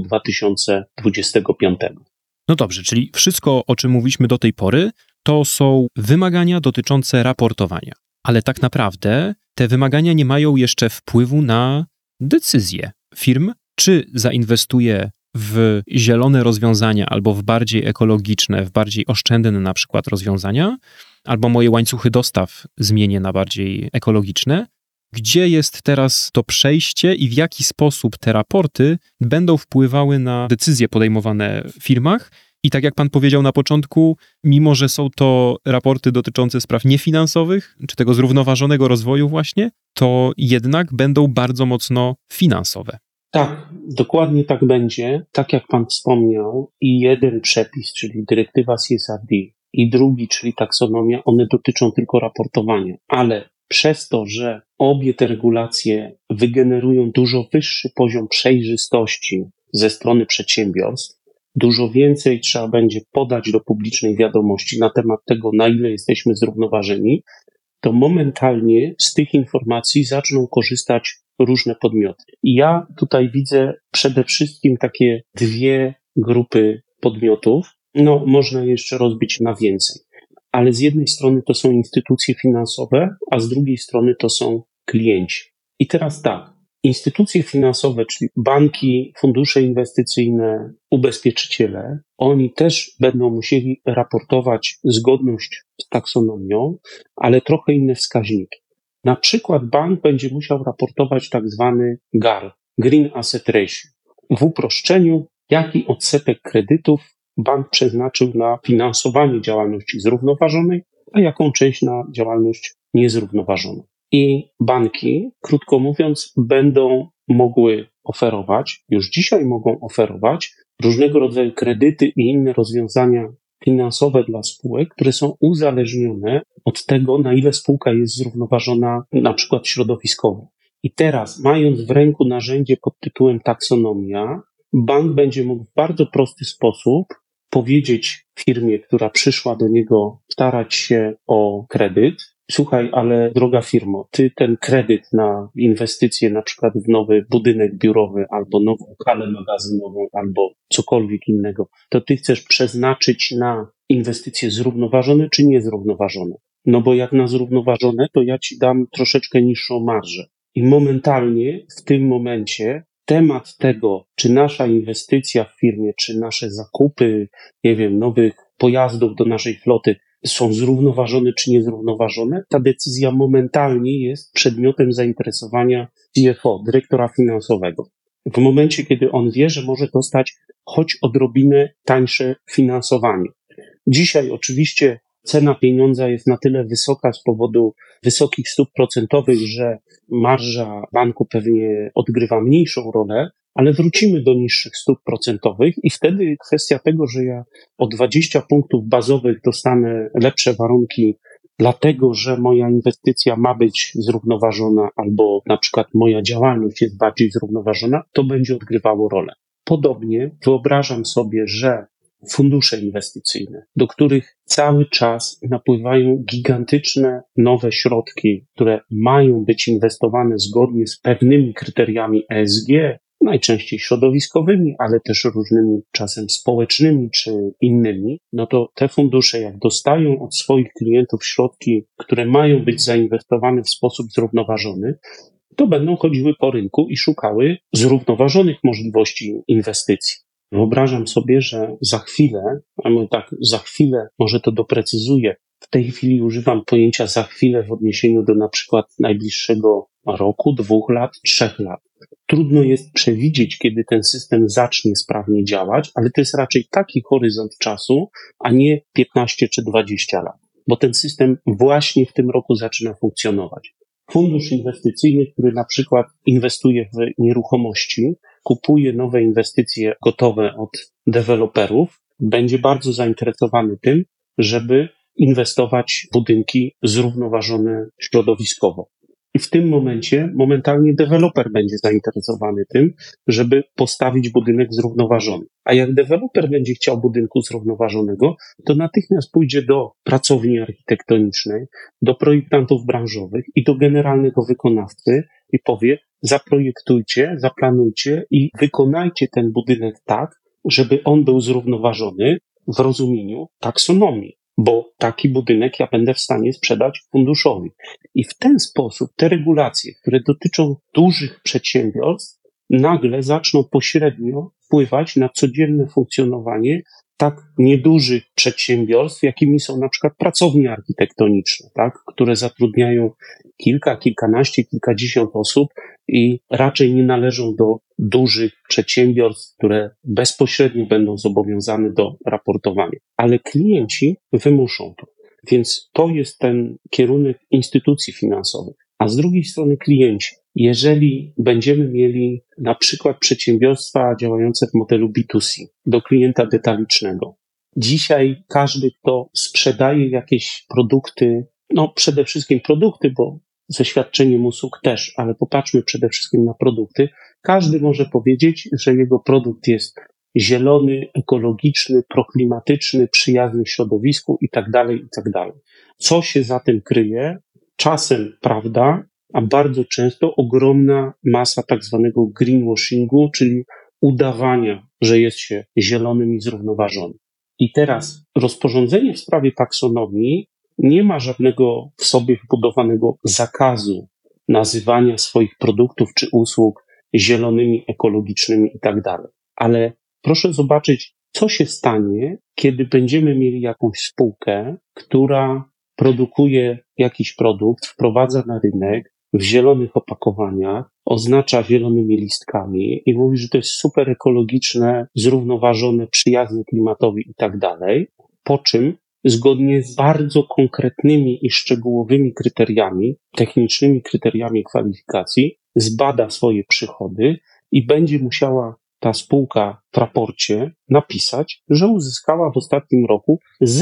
2025. No dobrze, czyli wszystko, o czym mówiliśmy do tej pory, to są wymagania dotyczące raportowania. Ale tak naprawdę te wymagania nie mają jeszcze wpływu na decyzje firm, czy zainwestuje w zielone rozwiązania albo w bardziej ekologiczne, w bardziej oszczędne na przykład rozwiązania, albo moje łańcuchy dostaw zmienię na bardziej ekologiczne. Gdzie jest teraz to przejście i w jaki sposób te raporty będą wpływały na decyzje podejmowane w firmach? I tak jak pan powiedział na początku, mimo że są to raporty dotyczące spraw niefinansowych, czy tego zrównoważonego rozwoju właśnie, to jednak będą bardzo mocno finansowe. Tak, dokładnie tak będzie. Tak jak pan wspomniał, i jeden przepis, czyli dyrektywa CSRD, i drugi, czyli taksonomia, one dotyczą tylko raportowania, ale przez to, że obie te regulacje wygenerują dużo wyższy poziom przejrzystości ze strony przedsiębiorstw, dużo więcej trzeba będzie podać do publicznej wiadomości na temat tego, na ile jesteśmy zrównoważeni, to momentalnie z tych informacji zaczną korzystać różne podmioty. I ja tutaj widzę przede wszystkim takie dwie grupy podmiotów. No, można jeszcze rozbić na więcej. Ale z jednej strony to są instytucje finansowe, a z drugiej strony to są klienci. I teraz tak, instytucje finansowe, czyli banki, fundusze inwestycyjne, ubezpieczyciele, oni też będą musieli raportować zgodność z taksonomią, ale trochę inne wskaźniki. Na przykład bank będzie musiał raportować tak zwany GAR, Green Asset Ratio. W uproszczeniu, jaki odsetek kredytów bank przeznaczył na finansowanie działalności zrównoważonej, a jaką część na działalność niezrównoważoną. I banki, krótko mówiąc, będą mogły oferować, już dzisiaj mogą oferować różnego rodzaju kredyty i inne rozwiązania finansowe dla spółek, które są uzależnione od tego, na ile spółka jest zrównoważona, na przykład środowiskowo. I teraz, mając w ręku narzędzie pod tytułem taksonomia, bank będzie mógł w bardzo prosty sposób powiedzieć firmie, która przyszła do niego starać się o kredyt: słuchaj, ale droga firmo, ty ten kredyt na inwestycje na przykład w nowy budynek biurowy albo nową halę magazynową albo cokolwiek innego, to ty chcesz przeznaczyć na inwestycje zrównoważone czy niezrównoważone? No bo jak na zrównoważone, to ja ci dam troszeczkę niższą marżę. I momentalnie, w tym momencie, temat tego, czy nasza inwestycja w firmie, czy nasze zakupy, nie wiem, nowych pojazdów do naszej floty są zrównoważone czy niezrównoważone, ta decyzja momentalnie jest przedmiotem zainteresowania CFO, dyrektora finansowego. W momencie, kiedy on wie, że może dostać choć odrobinę tańsze finansowanie. Dzisiaj oczywiście cena pieniądza jest na tyle wysoka z powodu wysokich stóp procentowych, że marża banku pewnie odgrywa mniejszą rolę, ale wrócimy do niższych stóp procentowych i wtedy kwestia tego, że ja o 20 punktów bazowych dostanę lepsze warunki, dlatego że moja inwestycja ma być zrównoważona albo na przykład moja działalność jest bardziej zrównoważona, to będzie odgrywało rolę. Podobnie wyobrażam sobie, że fundusze inwestycyjne, do których cały czas napływają gigantyczne nowe środki, które mają być inwestowane zgodnie z pewnymi kryteriami ESG, najczęściej środowiskowymi, ale też różnymi czasem społecznymi czy innymi, no to te fundusze, jak dostają od swoich klientów środki, które mają być zainwestowane w sposób zrównoważony, to będą chodziły po rynku i szukały zrównoważonych możliwości inwestycji. Wyobrażam sobie, że za chwilę, może to doprecyzuję, w tej chwili używam pojęcia za chwilę w odniesieniu do na przykład najbliższego roku, 2 lat, 3 lat. Trudno jest przewidzieć, kiedy ten system zacznie sprawnie działać, ale to jest raczej taki horyzont czasu, a nie 15 czy 20 lat, bo ten system właśnie w tym roku zaczyna funkcjonować. Fundusz inwestycyjny, który na przykład inwestuje w nieruchomości, kupuje nowe inwestycje gotowe od deweloperów, będzie bardzo zainteresowany tym, żeby inwestować w budynki zrównoważone środowiskowo. I w tym momencie momentalnie deweloper będzie zainteresowany tym, żeby postawić budynek zrównoważony. A jak deweloper będzie chciał budynku zrównoważonego, to natychmiast pójdzie do pracowni architektonicznej, do projektantów branżowych i do generalnego wykonawcy i powie: zaprojektujcie, zaplanujcie i wykonajcie ten budynek tak, żeby on był zrównoważony w rozumieniu taksonomii, bo taki budynek ja będę w stanie sprzedać funduszowi. I w ten sposób te regulacje, które dotyczą dużych przedsiębiorstw, nagle zaczną pośrednio wpływać na codzienne funkcjonowanie tak niedużych przedsiębiorstw, jakimi są na przykład pracownie architektoniczne, tak, które zatrudniają kilka, kilkanaście, kilkadziesiąt osób i raczej nie należą do dużych przedsiębiorstw, które bezpośrednio będą zobowiązane do raportowania. Ale klienci wymuszą to. Więc to jest ten kierunek instytucji finansowych. A z drugiej strony klienci. Jeżeli będziemy mieli na przykład przedsiębiorstwa działające w modelu B2C do klienta detalicznego. Dzisiaj każdy, kto sprzedaje jakieś produkty, przede wszystkim produkty, bo ze świadczeniem usług też, ale popatrzmy przede wszystkim na produkty. Każdy może powiedzieć, że jego produkt jest zielony, ekologiczny, proklimatyczny, przyjazny środowisku i tak dalej, i tak dalej. Co się za tym kryje? Czasem prawda, a bardzo często ogromna masa tak zwanego greenwashingu, czyli udawania, że jest się zielonym i zrównoważonym. I teraz rozporządzenie w sprawie taksonomii nie ma żadnego w sobie wbudowanego zakazu nazywania swoich produktów czy usług zielonymi, ekologicznymi i tak dalej. Ale proszę zobaczyć, co się stanie, kiedy będziemy mieli jakąś spółkę, która produkuje jakiś produkt, wprowadza na rynek w zielonych opakowaniach, oznacza zielonymi listkami i mówi, że to jest super ekologiczne, zrównoważone, przyjazne klimatowi i tak dalej, po czym zgodnie z bardzo konkretnymi i szczegółowymi kryteriami, technicznymi kryteriami kwalifikacji, zbada swoje przychody i będzie musiała ta spółka w raporcie napisać, że uzyskała w ostatnim roku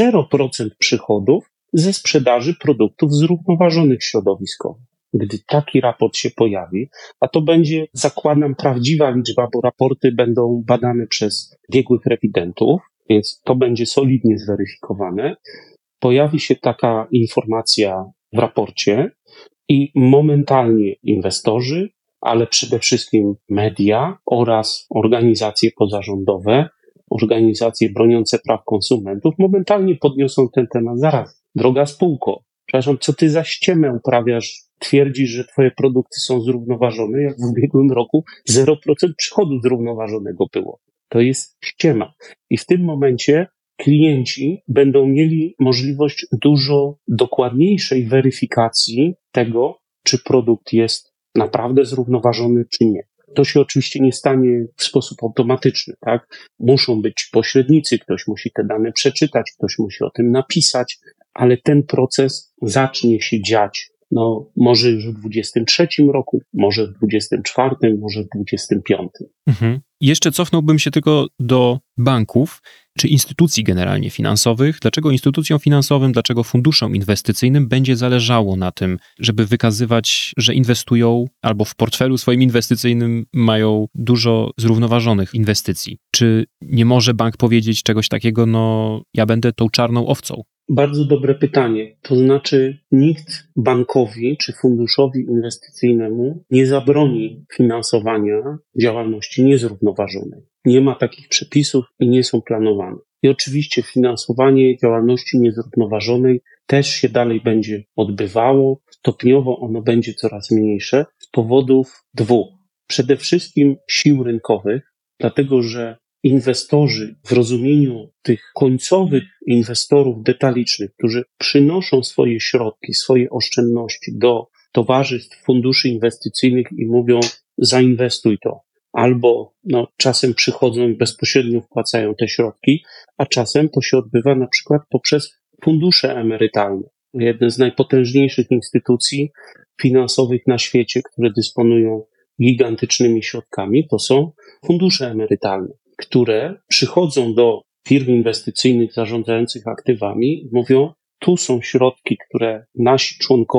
0% przychodów ze sprzedaży produktów zrównoważonych środowiskowo. Gdy taki raport się pojawi, a to będzie, zakładam, prawdziwa liczba, bo raporty będą badane przez biegłych rewidentów, więc to będzie solidnie zweryfikowane, pojawi się taka informacja w raporcie i momentalnie inwestorzy, ale przede wszystkim media oraz organizacje pozarządowe, organizacje broniące praw konsumentów momentalnie podniosą ten temat. Zaraz, droga spółko, przepraszam, co ty za ściemę uprawiasz? Twierdzisz, że twoje produkty są zrównoważone, jak w ubiegłym roku 0% przychodu zrównoważonego było. To jest ściema. I w tym momencie klienci będą mieli możliwość dużo dokładniejszej weryfikacji tego, czy produkt jest naprawdę zrównoważony, czy nie. To się oczywiście nie stanie w sposób automatyczny, tak? Muszą być pośrednicy, ktoś musi te dane przeczytać, ktoś musi o tym napisać, ale ten proces zacznie się dziać. Może już w 23 roku, może w 24, może w 25. Jeszcze cofnąłbym się tylko do banków, czy instytucji generalnie finansowych. Dlaczego instytucjom finansowym, dlaczego funduszom inwestycyjnym będzie zależało na tym, żeby wykazywać, że inwestują albo w portfelu swoim inwestycyjnym mają dużo zrównoważonych inwestycji? Czy nie może bank powiedzieć czegoś takiego, ja będę tą czarną owcą? Bardzo dobre pytanie. To znaczy nikt bankowi czy funduszowi inwestycyjnemu nie zabroni finansowania działalności niezrównoważonej. Nie ma takich przepisów i nie są planowane. I oczywiście finansowanie działalności niezrównoważonej też się dalej będzie odbywało. Stopniowo ono będzie coraz mniejsze z powodów dwóch. Przede wszystkim sił rynkowych, dlatego że inwestorzy w rozumieniu tych końcowych inwestorów detalicznych, którzy przynoszą swoje środki, swoje oszczędności do towarzystw, funduszy inwestycyjnych i mówią: zainwestuj to. Albo czasem przychodzą i bezpośrednio wpłacają te środki, a czasem to się odbywa na przykład poprzez fundusze emerytalne. Jedne z najpotężniejszych instytucji finansowych na świecie, które dysponują gigantycznymi środkami, to są fundusze emerytalne, które przychodzą do firm inwestycyjnych zarządzających aktywami i mówią: tu są środki, które nasi członkowie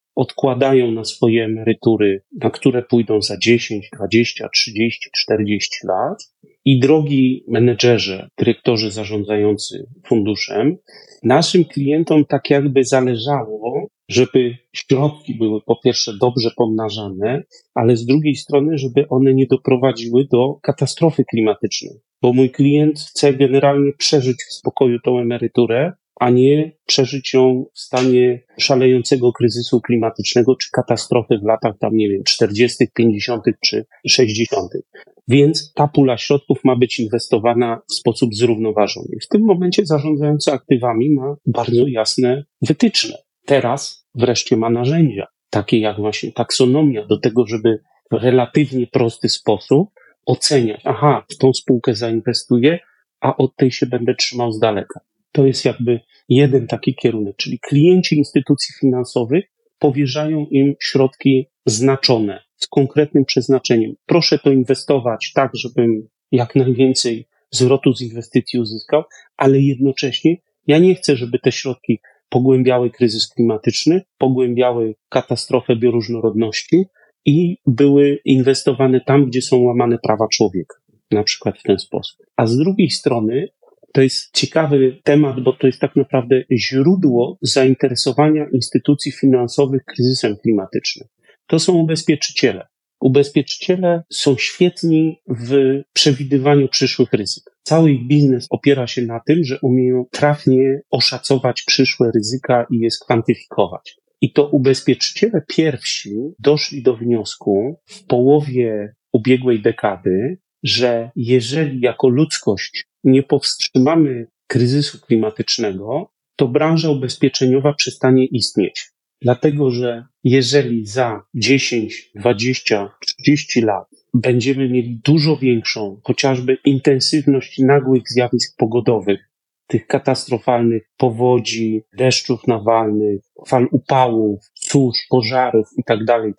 odkładają na swoje emerytury, na które pójdą za 10, 20, 30, 40 lat. I drogi menedżerze, dyrektorzy zarządzający funduszem, naszym klientom tak jakby zależało, żeby środki były po pierwsze dobrze pomnażane, ale z drugiej strony, żeby one nie doprowadziły do katastrofy klimatycznej. Bo mój klient chce generalnie przeżyć w spokoju tą emeryturę, a nie przeżyć ją w stanie szalejącego kryzysu klimatycznego czy katastrofy w latach tam, nie wiem, 40., 50. czy 60. Więc ta pula środków ma być inwestowana w sposób zrównoważony. W tym momencie zarządzający aktywami ma bardzo jasne wytyczne. Teraz wreszcie ma narzędzia, takie jak właśnie taksonomia, do tego, żeby w relatywnie prosty sposób oceniać, aha, w tą spółkę zainwestuję, a od tej się będę trzymał z daleka. To jest jakby jeden taki kierunek, czyli klienci instytucji finansowych powierzają im środki znaczone, z konkretnym przeznaczeniem. Proszę to inwestować tak, żebym jak najwięcej zwrotu z inwestycji uzyskał, ale jednocześnie ja nie chcę, żeby te środki pogłębiały kryzys klimatyczny, pogłębiały katastrofę bioróżnorodności i były inwestowane tam, gdzie są łamane prawa człowieka, na przykład w ten sposób. A z drugiej strony to jest ciekawy temat, bo to jest tak naprawdę źródło zainteresowania instytucji finansowych kryzysem klimatycznym. To są ubezpieczyciele. Ubezpieczyciele są świetni w przewidywaniu przyszłych ryzyk. Cały ich biznes opiera się na tym, że umieją trafnie oszacować przyszłe ryzyka i je skwantyfikować. I to ubezpieczyciele pierwsi doszli do wniosku w połowie ubiegłej dekady, że jeżeli jako ludzkość nie powstrzymamy kryzysu klimatycznego, to branża ubezpieczeniowa przestanie istnieć. Dlatego, że jeżeli za 10, 20, 30 lat będziemy mieli dużo większą, chociażby intensywność nagłych zjawisk pogodowych, tych katastrofalnych powodzi, deszczów nawalnych, fal upałów, susz, pożarów itd.,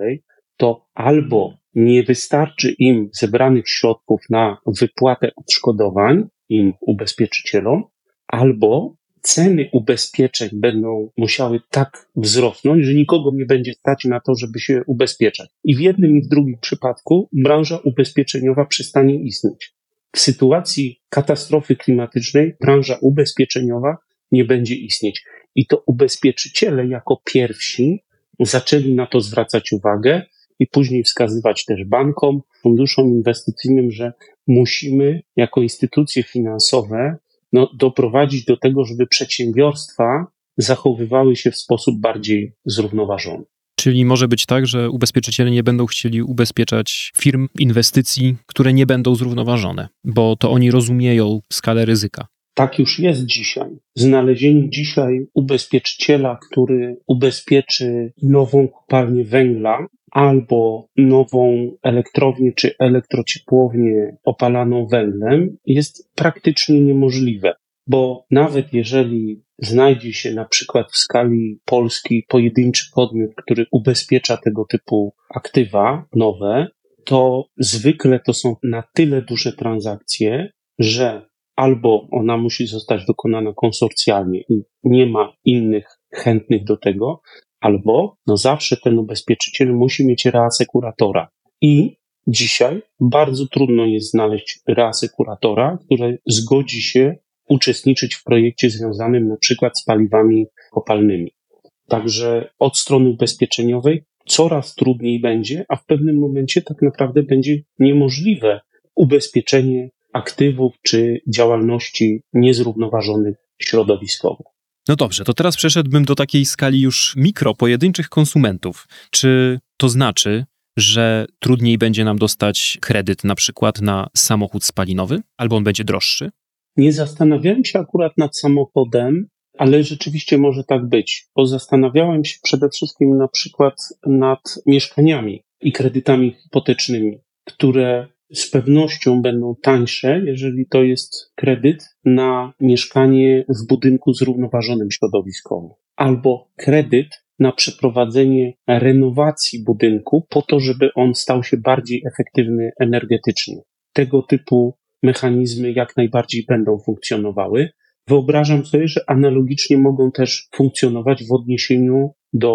to albo nie wystarczy im zebranych środków na wypłatę odszkodowań, im ubezpieczycielom, albo ceny ubezpieczeń będą musiały tak wzrosnąć, że nikogo nie będzie stać na to, żeby się ubezpieczać. I w jednym i w drugim przypadku branża ubezpieczeniowa przestanie istnieć. W sytuacji katastrofy klimatycznej branża ubezpieczeniowa nie będzie istnieć. I to ubezpieczyciele jako pierwsi zaczęli na to zwracać uwagę i później wskazywać też bankom, funduszom inwestycyjnym, że musimy jako instytucje finansowe doprowadzić do tego, żeby przedsiębiorstwa zachowywały się w sposób bardziej zrównoważony. Czyli może być tak, że ubezpieczyciele nie będą chcieli ubezpieczać firm, inwestycji, które nie będą zrównoważone, bo to oni rozumieją skalę ryzyka. Tak już jest dzisiaj. Znalezienie dzisiaj ubezpieczyciela, który ubezpieczy nową kopalnię węgla albo nową elektrownię czy elektrociepłownię opalaną węglem jest praktycznie niemożliwe, bo nawet jeżeli znajdzie się na przykład w skali Polski pojedynczy podmiot, który ubezpiecza tego typu aktywa nowe, to zwykle to są na tyle duże transakcje, że albo ona musi zostać dokonana konsorcjalnie i nie ma innych chętnych do tego, albo zawsze ten ubezpieczyciel musi mieć reasekuratora. I dzisiaj bardzo trudno jest znaleźć reasekuratora, który zgodzi się uczestniczyć w projekcie związanym na przykład z paliwami kopalnymi. Także od strony ubezpieczeniowej coraz trudniej będzie, a w pewnym momencie tak naprawdę będzie niemożliwe ubezpieczenie aktywów czy działalności niezrównoważonych środowiskowo. No dobrze, to teraz przeszedłbym do takiej skali już mikro, pojedynczych konsumentów. Czy to znaczy, że trudniej będzie nam dostać kredyt na przykład na samochód spalinowy, albo on będzie droższy? Nie zastanawiałem się akurat nad samochodem, ale rzeczywiście może tak być, bo zastanawiałem się przede wszystkim na przykład nad mieszkaniami i kredytami hipotecznymi, które z pewnością będą tańsze, jeżeli to jest kredyt na mieszkanie w budynku zrównoważonym środowiskowo, albo kredyt na przeprowadzenie renowacji budynku po to, żeby on stał się bardziej efektywny energetycznie. Tego typu mechanizmy jak najbardziej będą funkcjonowały. Wyobrażam sobie, że analogicznie mogą też funkcjonować w odniesieniu do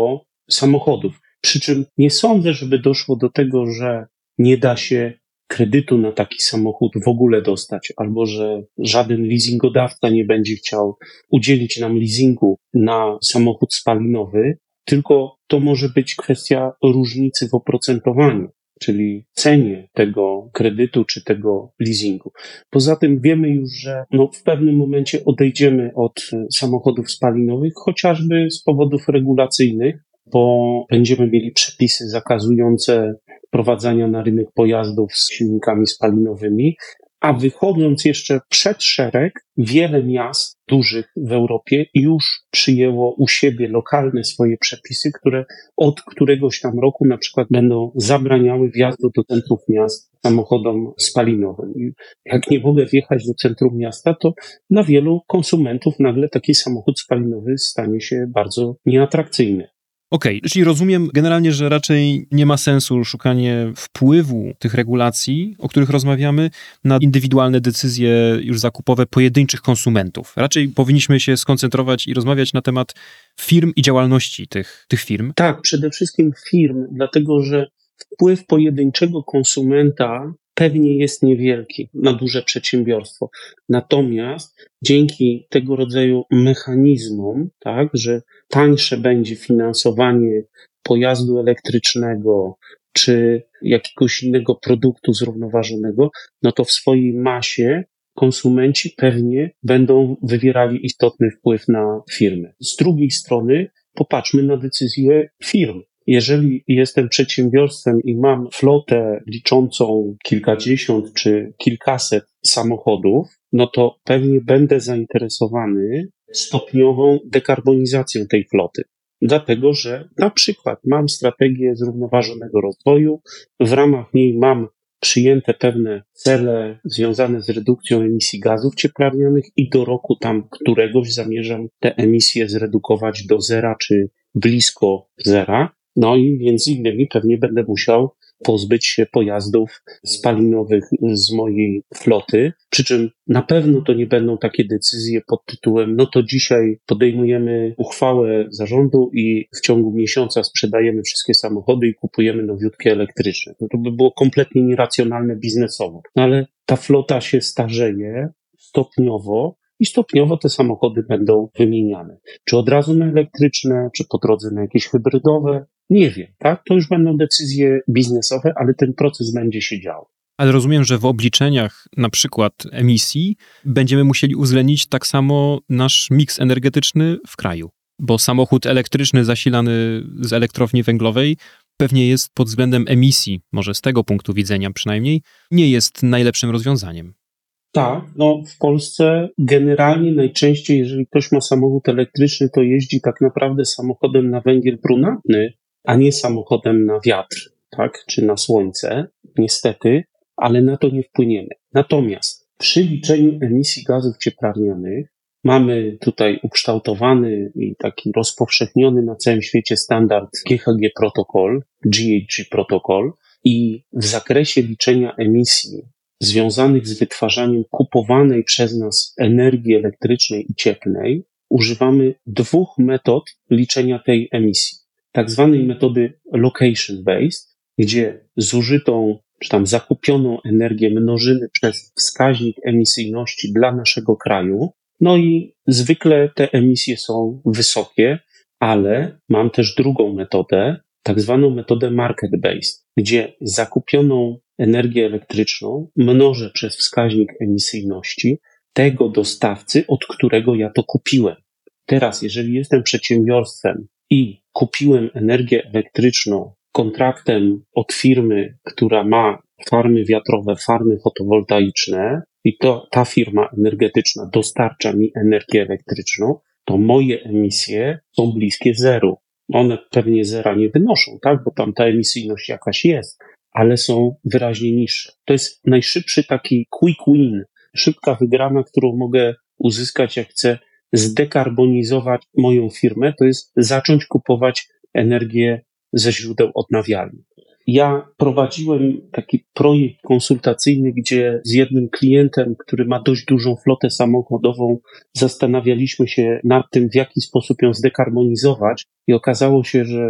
samochodów. Przy czym nie sądzę, żeby doszło do tego, że nie da się kredytu na taki samochód w ogóle dostać, albo że żaden leasingodawca nie będzie chciał udzielić nam leasingu na samochód spalinowy, tylko to może być kwestia różnicy w oprocentowaniu, czyli cenie tego kredytu czy tego leasingu. Poza tym wiemy już, że w pewnym momencie odejdziemy od samochodów spalinowych, chociażby z powodów regulacyjnych, bo będziemy mieli przepisy zakazujące wprowadzania na rynek pojazdów z silnikami spalinowymi, a wychodząc jeszcze przed szereg, wiele miast dużych w Europie już przyjęło u siebie lokalne swoje przepisy, które od któregoś tam roku na przykład będą zabraniały wjazdu do centrów miast samochodom spalinowym. I jak nie mogę wjechać do centrum miasta, to dla wielu konsumentów nagle taki samochód spalinowy stanie się bardzo nieatrakcyjny. Okej, czyli rozumiem generalnie, że raczej nie ma sensu szukanie wpływu tych regulacji, o których rozmawiamy, na indywidualne decyzje już zakupowe pojedynczych konsumentów. Raczej powinniśmy się skoncentrować i rozmawiać na temat firm i działalności tych firm. Tak, przede wszystkim firm, dlatego że wpływ pojedynczego konsumenta pewnie jest niewielki na duże przedsiębiorstwo. Natomiast dzięki tego rodzaju mechanizmom, tak, że tańsze będzie finansowanie pojazdu elektrycznego czy jakiegoś innego produktu zrównoważonego, to w swojej masie konsumenci pewnie będą wywierali istotny wpływ na firmy. Z drugiej strony popatrzmy na decyzje firm. Jeżeli jestem przedsiębiorstwem i mam flotę liczącą kilkadziesiąt czy kilkaset samochodów, to pewnie będę zainteresowany stopniową dekarbonizacją tej floty. Dlatego, że na przykład mam strategię zrównoważonego rozwoju, w ramach niej mam przyjęte pewne cele związane z redukcją emisji gazów cieplarnianych i do roku tam któregoś zamierzam te emisje zredukować do zera czy blisko zera. I między innymi pewnie będę musiał pozbyć się pojazdów spalinowych z mojej floty, przy czym na pewno to nie będą takie decyzje pod tytułem to dzisiaj podejmujemy uchwałę zarządu i w ciągu miesiąca sprzedajemy wszystkie samochody i kupujemy nowiutkie elektryczne. To by było kompletnie nieracjonalne biznesowo. Ale ta flota się starzeje stopniowo i stopniowo te samochody będą wymieniane. Czy od razu na elektryczne, czy po drodze na jakieś hybrydowe? Nie wiem, tak? To już będą decyzje biznesowe, ale ten proces będzie się dział. Ale rozumiem, że w obliczeniach na przykład emisji będziemy musieli uwzględnić tak samo nasz miks energetyczny w kraju, bo samochód elektryczny zasilany z elektrowni węglowej pewnie jest pod względem emisji, może z tego punktu widzenia przynajmniej, nie jest najlepszym rozwiązaniem. Tak, w Polsce generalnie najczęściej, jeżeli ktoś ma samochód elektryczny, to jeździ tak naprawdę samochodem na węgiel brunatny, a nie samochodem na wiatr, tak, czy na słońce, niestety, ale na to nie wpłyniemy. Natomiast przy liczeniu emisji gazów cieplarnianych mamy tutaj ukształtowany i taki rozpowszechniony na całym świecie standard GHG protokol, GHG protokol i w zakresie liczenia emisji związanych z wytwarzaniem kupowanej przez nas energii elektrycznej i cieplnej używamy dwóch metod liczenia tej emisji. Tak zwanej metody location-based, gdzie zużytą czy tam zakupioną energię mnożymy przez wskaźnik emisyjności dla naszego kraju. I zwykle te emisje są wysokie, ale mam też drugą metodę, tak zwaną metodę market-based, gdzie zakupioną energię elektryczną mnożę przez wskaźnik emisyjności tego dostawcy, od którego ja to kupiłem. Teraz, jeżeli jestem przedsiębiorstwem i kupiłem energię elektryczną kontraktem od firmy, która ma farmy wiatrowe, farmy fotowoltaiczne i ta firma energetyczna dostarcza mi energię elektryczną, to moje emisje są bliskie zeru. One pewnie zera nie wynoszą, tak, bo tam ta emisyjność jakaś jest, ale są wyraźnie niższe. To jest najszybszy taki quick win, szybka wygrana, którą mogę uzyskać, jak chcę zdekarbonizować moją firmę, to jest zacząć kupować energię ze źródeł odnawialnych. Ja prowadziłem taki projekt konsultacyjny, gdzie z jednym klientem, który ma dość dużą flotę samochodową, zastanawialiśmy się nad tym, w jaki sposób ją zdekarbonizować i okazało się, że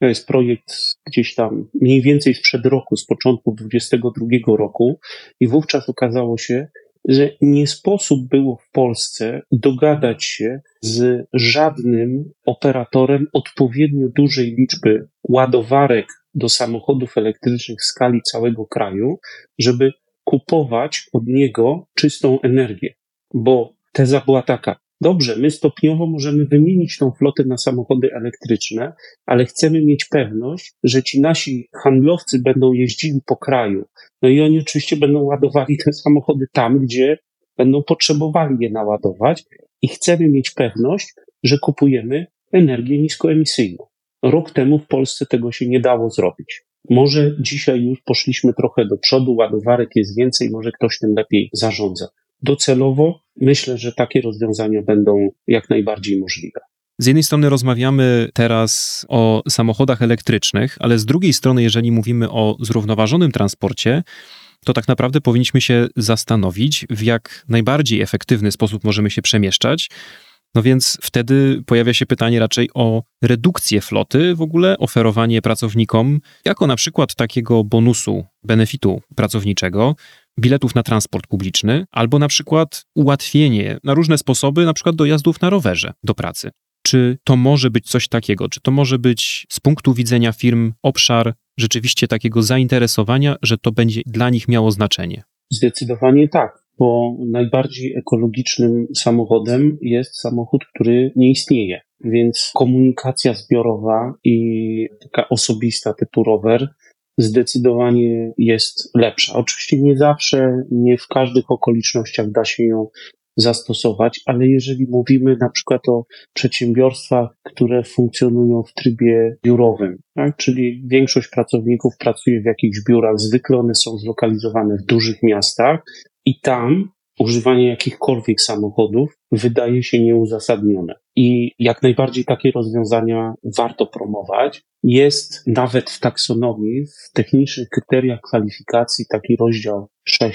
To jest projekt gdzieś tam mniej więcej sprzed roku, z początku 2022 roku i wówczas okazało się, że nie sposób było w Polsce dogadać się z żadnym operatorem odpowiednio dużej liczby ładowarek do samochodów elektrycznych w skali całego kraju, żeby kupować od niego czystą energię. Bo teza była taka: dobrze, my stopniowo możemy wymienić tą flotę na samochody elektryczne, ale chcemy mieć pewność, że ci nasi handlowcy będą jeździli po kraju. No i oni oczywiście będą ładowali te samochody tam, gdzie będą potrzebowali je naładować i chcemy mieć pewność, że kupujemy energię niskoemisyjną. Rok temu w Polsce tego się nie dało zrobić. Może dzisiaj już poszliśmy trochę do przodu, ładowarek jest więcej, może ktoś tym lepiej zarządza. Docelowo myślę, że takie rozwiązania będą jak najbardziej możliwe. Z jednej strony rozmawiamy teraz o samochodach elektrycznych, ale z drugiej strony, jeżeli mówimy o zrównoważonym transporcie, to tak naprawdę powinniśmy się zastanowić, w jak najbardziej efektywny sposób możemy się przemieszczać. No więc wtedy pojawia się pytanie raczej o redukcję floty, w ogóle oferowanie pracownikom jako na przykład takiego bonusu, benefitu pracowniczego, biletów na transport publiczny, albo na przykład ułatwienie na różne sposoby, na przykład dojazdów na rowerze do pracy. Czy to może być coś takiego? Czy to może być z punktu widzenia firm obszar rzeczywiście takiego zainteresowania, że to będzie dla nich miało znaczenie? Zdecydowanie tak, bo najbardziej ekologicznym samochodem jest samochód, który nie istnieje. Więc komunikacja zbiorowa i taka osobista typu rower zdecydowanie jest lepsza. Oczywiście nie zawsze, nie w każdych okolicznościach da się ją zastosować, ale jeżeli mówimy na przykład o przedsiębiorstwach, które funkcjonują w trybie biurowym, tak? Czyli większość pracowników pracuje w jakichś biurach, zwykle one są zlokalizowane w dużych miastach i tam używanie jakichkolwiek samochodów wydaje się nieuzasadnione. I jak najbardziej takie rozwiązania warto promować. Jest nawet w taksonomii, w technicznych kryteriach kwalifikacji taki rozdział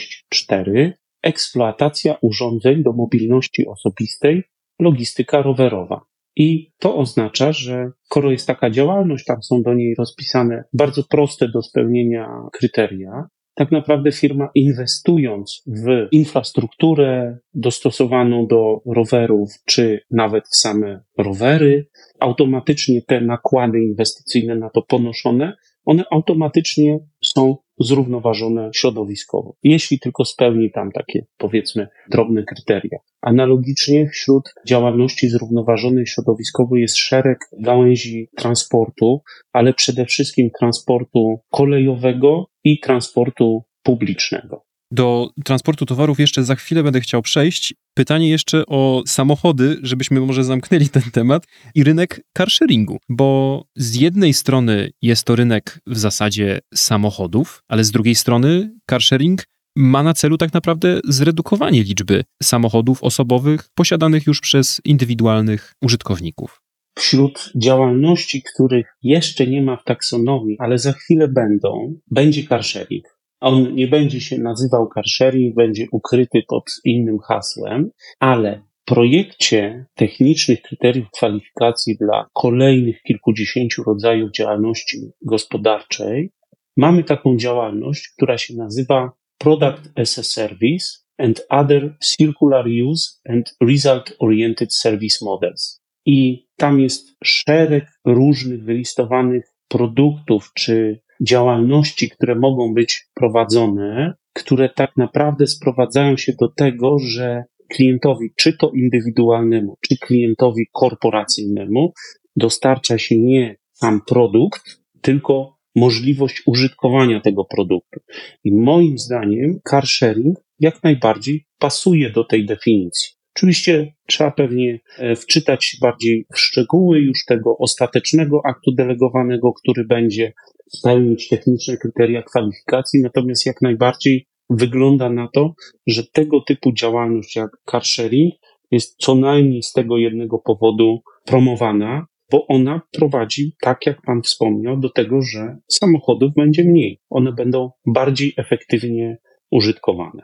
6.4, eksploatacja urządzeń do mobilności osobistej, logistyka rowerowa. I to oznacza, że skoro jest taka działalność, tam są do niej rozpisane bardzo proste do spełnienia kryteria, tak naprawdę firma, inwestując w infrastrukturę dostosowaną do rowerów, czy nawet w same rowery, automatycznie te nakłady inwestycyjne na to ponoszone, one automatycznie są zrównoważone środowiskowo. Jeśli tylko spełni tam takie, powiedzmy, drobne kryteria. Analogicznie wśród działalności zrównoważonej środowiskowo jest szereg gałęzi transportu, ale przede wszystkim transportu kolejowego i transportu publicznego. Do transportu towarów jeszcze za chwilę będę chciał przejść. Pytanie jeszcze o samochody, żebyśmy może zamknęli ten temat, i rynek carsharingu, bo z jednej strony jest to rynek w zasadzie samochodów, ale z drugiej strony carsharing ma na celu tak naprawdę zredukowanie liczby samochodów osobowych posiadanych już przez indywidualnych użytkowników. Wśród działalności, których jeszcze nie ma w taksonomii, ale za chwilę będzie carsharing. On nie będzie się nazywał carsharing, będzie ukryty pod innym hasłem, ale w projekcie technicznych kryteriów kwalifikacji dla kolejnych kilkudziesięciu rodzajów działalności gospodarczej mamy taką działalność, która się nazywa Product as a Service and Other Circular Use and Result-Oriented Service Models. I tam jest szereg różnych wylistowanych produktów czy działalności, które mogą być prowadzone, które tak naprawdę sprowadzają się do tego, że klientowi, czy to indywidualnemu, czy klientowi korporacyjnemu, dostarcza się nie sam produkt, tylko możliwość użytkowania tego produktu. I moim zdaniem carsharing jak najbardziej pasuje do tej definicji. Oczywiście trzeba pewnie wczytać się bardziej w szczegóły już tego ostatecznego aktu delegowanego, który będzie spełnić techniczne kryteria kwalifikacji, natomiast jak najbardziej wygląda na to, że tego typu działalność jak carsharing jest co najmniej z tego jednego powodu promowana, bo ona prowadzi, tak jak Pan wspomniał, do tego, że samochodów będzie mniej. One będą bardziej efektywnie użytkowane.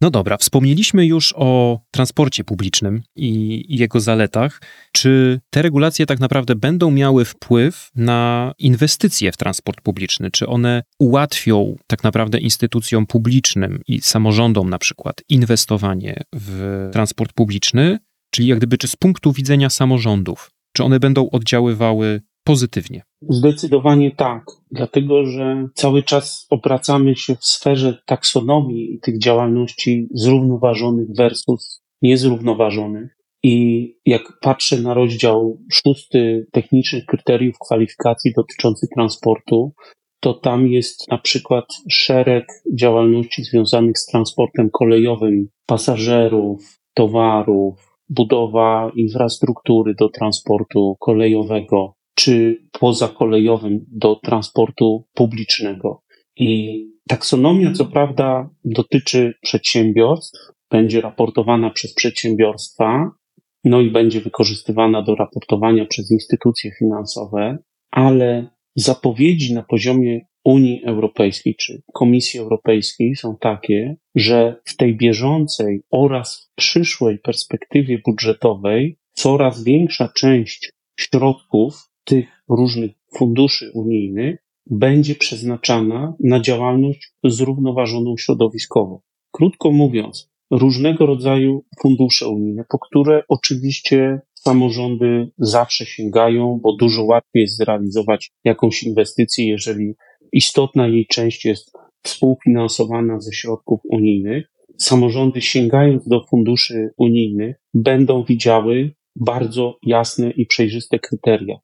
No dobra, wspomnieliśmy już o transporcie publicznym i jego zaletach. Czy te regulacje tak naprawdę będą miały wpływ na inwestycje w transport publiczny? Czy one ułatwią tak naprawdę instytucjom publicznym i samorządom na przykład inwestowanie w transport publiczny? Czyli jak gdyby, czy z punktu widzenia samorządów, czy one będą oddziaływały pozytywnie? Zdecydowanie tak, dlatego że cały czas obracamy się w sferze taksonomii i tych działalności zrównoważonych versus niezrównoważonych. I jak patrzę na rozdział 6 technicznych kryteriów kwalifikacji dotyczących transportu, to tam jest na przykład szereg działalności związanych z transportem kolejowym pasażerów, towarów, budowa infrastruktury do transportu kolejowego, czy pozakolejowym do transportu publicznego. I taksonomia, co prawda, dotyczy przedsiębiorstw, będzie raportowana przez przedsiębiorstwa, no i będzie wykorzystywana do raportowania przez instytucje finansowe, ale zapowiedzi na poziomie Unii Europejskiej czy Komisji Europejskiej są takie, że w tej bieżącej oraz w przyszłej perspektywie budżetowej coraz większa część środków tych różnych funduszy unijnych będzie przeznaczana na działalność zrównoważoną środowiskowo. Krótko mówiąc, różnego rodzaju fundusze unijne, po które oczywiście samorządy zawsze sięgają, bo dużo łatwiej jest zrealizować jakąś inwestycję, jeżeli istotna jej część jest współfinansowana ze środków unijnych. Samorządy, sięgając do funduszy unijnych, będą widziały bardzo jasne i przejrzyste kryteria.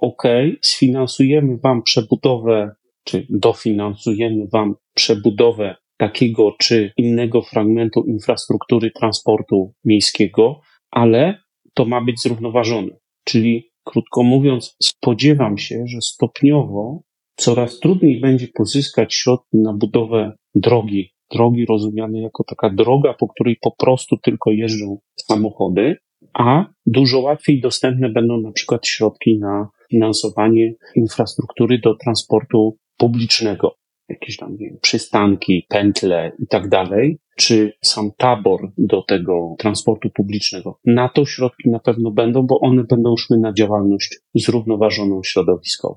Sfinansujemy wam przebudowę, czy dofinansujemy wam przebudowę takiego czy innego fragmentu infrastruktury transportu miejskiego, ale to ma być zrównoważone. Czyli, krótko mówiąc, spodziewam się, że stopniowo coraz trudniej będzie pozyskać środki na budowę drogi rozumiane jako taka droga, po której po prostu tylko jeżdżą samochody, a dużo łatwiej dostępne będą na przykład środki na finansowanie infrastruktury do transportu publicznego. Jakieś tam, nie wiem, przystanki, pętle i tak dalej, czy sam tabor do tego transportu publicznego. Na to środki na pewno będą, bo one będą szły na działalność zrównoważoną środowiskowo.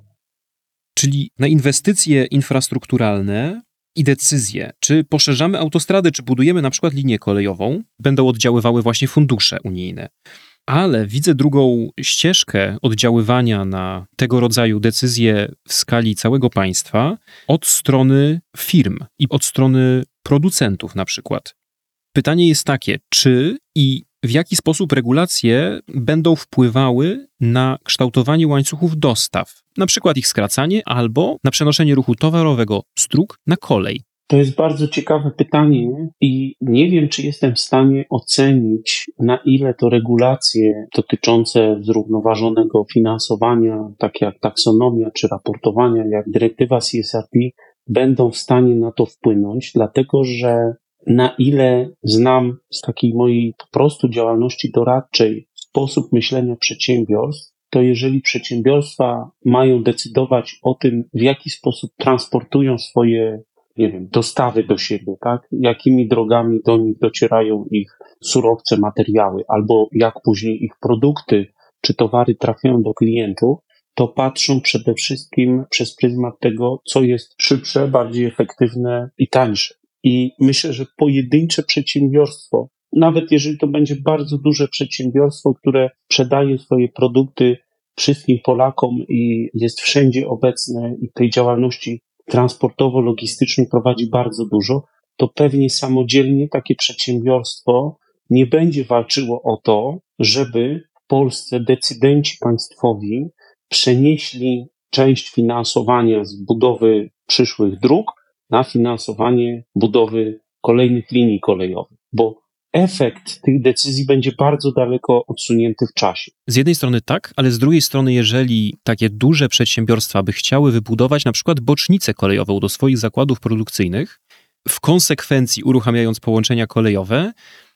Czyli na inwestycje infrastrukturalne i decyzje, czy poszerzamy autostrady, czy budujemy na przykład linię kolejową, będą oddziaływały właśnie fundusze unijne. Ale widzę drugą ścieżkę oddziaływania na tego rodzaju decyzje w skali całego państwa od strony firm i od strony producentów na przykład. Pytanie jest takie, czy i w jaki sposób regulacje będą wpływały na kształtowanie łańcuchów dostaw, na przykład ich skracanie albo na przenoszenie ruchu towarowego z dróg na kolej. To jest bardzo ciekawe pytanie i nie wiem, czy jestem w stanie ocenić, na ile to regulacje dotyczące zrównoważonego finansowania, takie jak taksonomia czy raportowania, jak dyrektywa CSRD, będą w stanie na to wpłynąć, dlatego że na ile znam z takiej mojej po prostu działalności doradczej sposób myślenia przedsiębiorstw, to jeżeli przedsiębiorstwa mają decydować o tym, w jaki sposób transportują swoje, nie wiem, dostawy do siebie, tak? Jakimi drogami do nich docierają ich surowce, materiały, albo jak później ich produkty czy towary trafiają do klientów, to patrzą przede wszystkim przez pryzmat tego, co jest szybsze, bardziej efektywne i tańsze. I myślę, że pojedyncze przedsiębiorstwo, nawet jeżeli to będzie bardzo duże przedsiębiorstwo, które sprzedaje swoje produkty wszystkim Polakom i jest wszędzie obecne i tej działalności transportowo-logistycznej prowadzi bardzo dużo, to pewnie samodzielnie takie przedsiębiorstwo nie będzie walczyło o to, żeby w Polsce decydenci państwowi przenieśli część finansowania z budowy przyszłych dróg na finansowanie budowy kolejnych linii kolejowych, bo efekt tych decyzji będzie bardzo daleko odsunięty w czasie. Z jednej strony tak, ale z drugiej strony, jeżeli takie duże przedsiębiorstwa by chciały wybudować na przykład bocznicę kolejową do swoich zakładów produkcyjnych, w konsekwencji uruchamiając połączenia kolejowe,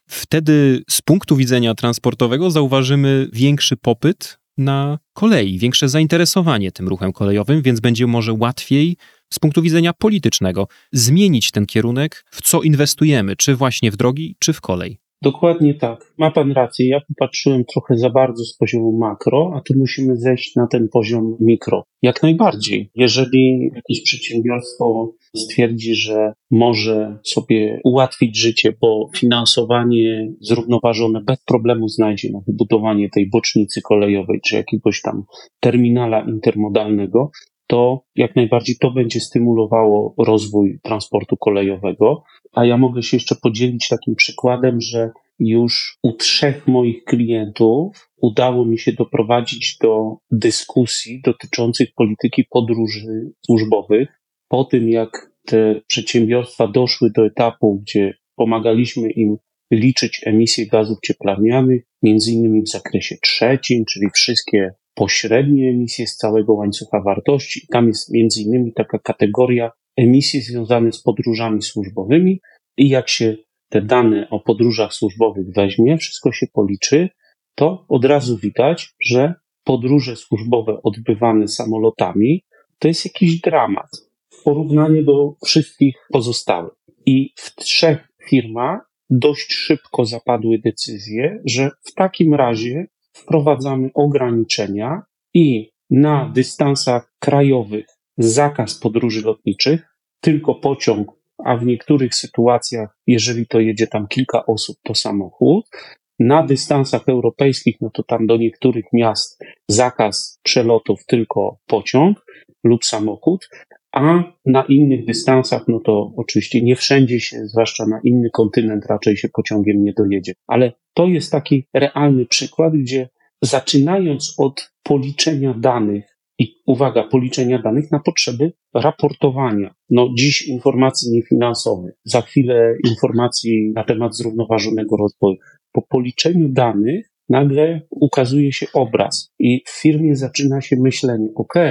wtedy z punktu widzenia transportowego zauważymy większy popyt na kolei, większe zainteresowanie tym ruchem kolejowym, więc będzie może łatwiej z punktu widzenia politycznego zmienić ten kierunek, w co inwestujemy, czy właśnie w drogi, czy w kolej? Dokładnie tak. Ma pan rację. Ja popatrzyłem trochę za bardzo z poziomu makro, a tu musimy zejść na ten poziom mikro. Jak najbardziej. Jeżeli jakieś przedsiębiorstwo stwierdzi, że może sobie ułatwić życie, bo finansowanie zrównoważone bez problemu znajdzie na wybudowanie tej bocznicy kolejowej, czy jakiegoś tam terminala intermodalnego, to jak najbardziej to będzie stymulowało rozwój transportu kolejowego. A ja mogę się jeszcze podzielić takim przykładem, że już u 3 moich klientów udało mi się doprowadzić do dyskusji dotyczących polityki podróży służbowych. Po tym, jak te przedsiębiorstwa doszły do etapu, gdzie pomagaliśmy im liczyć emisję gazów cieplarnianych, między innymi w zakresie trzecim, czyli wszystkie pośrednie emisje z całego łańcucha wartości. Tam jest między innymi taka kategoria emisje związane z podróżami służbowymi i jak się te dane o podróżach służbowych weźmie, wszystko się policzy, to od razu widać, że podróże służbowe odbywane samolotami to jest jakiś dramat w porównaniu do wszystkich pozostałych. I w 3 firmach dość szybko zapadły decyzje, że w takim razie wprowadzamy ograniczenia i na dystansach krajowych zakaz podróży lotniczych, tylko pociąg, a w niektórych sytuacjach, jeżeli to jedzie tam kilka osób, to samochód. Na dystansach europejskich, no to tam do niektórych miast zakaz przelotów, tylko pociąg lub samochód, a na innych dystansach, no to oczywiście nie wszędzie się, zwłaszcza na inny kontynent, raczej się pociągiem nie dojedzie. Ale to jest taki realny przykład, gdzie zaczynając od policzenia danych i uwaga, policzenia danych na potrzeby raportowania. No dziś informacji niefinansowych, za chwilę informacji na temat zrównoważonego rozwoju. Po policzeniu danych nagle ukazuje się obraz i w firmie zaczyna się myślenie,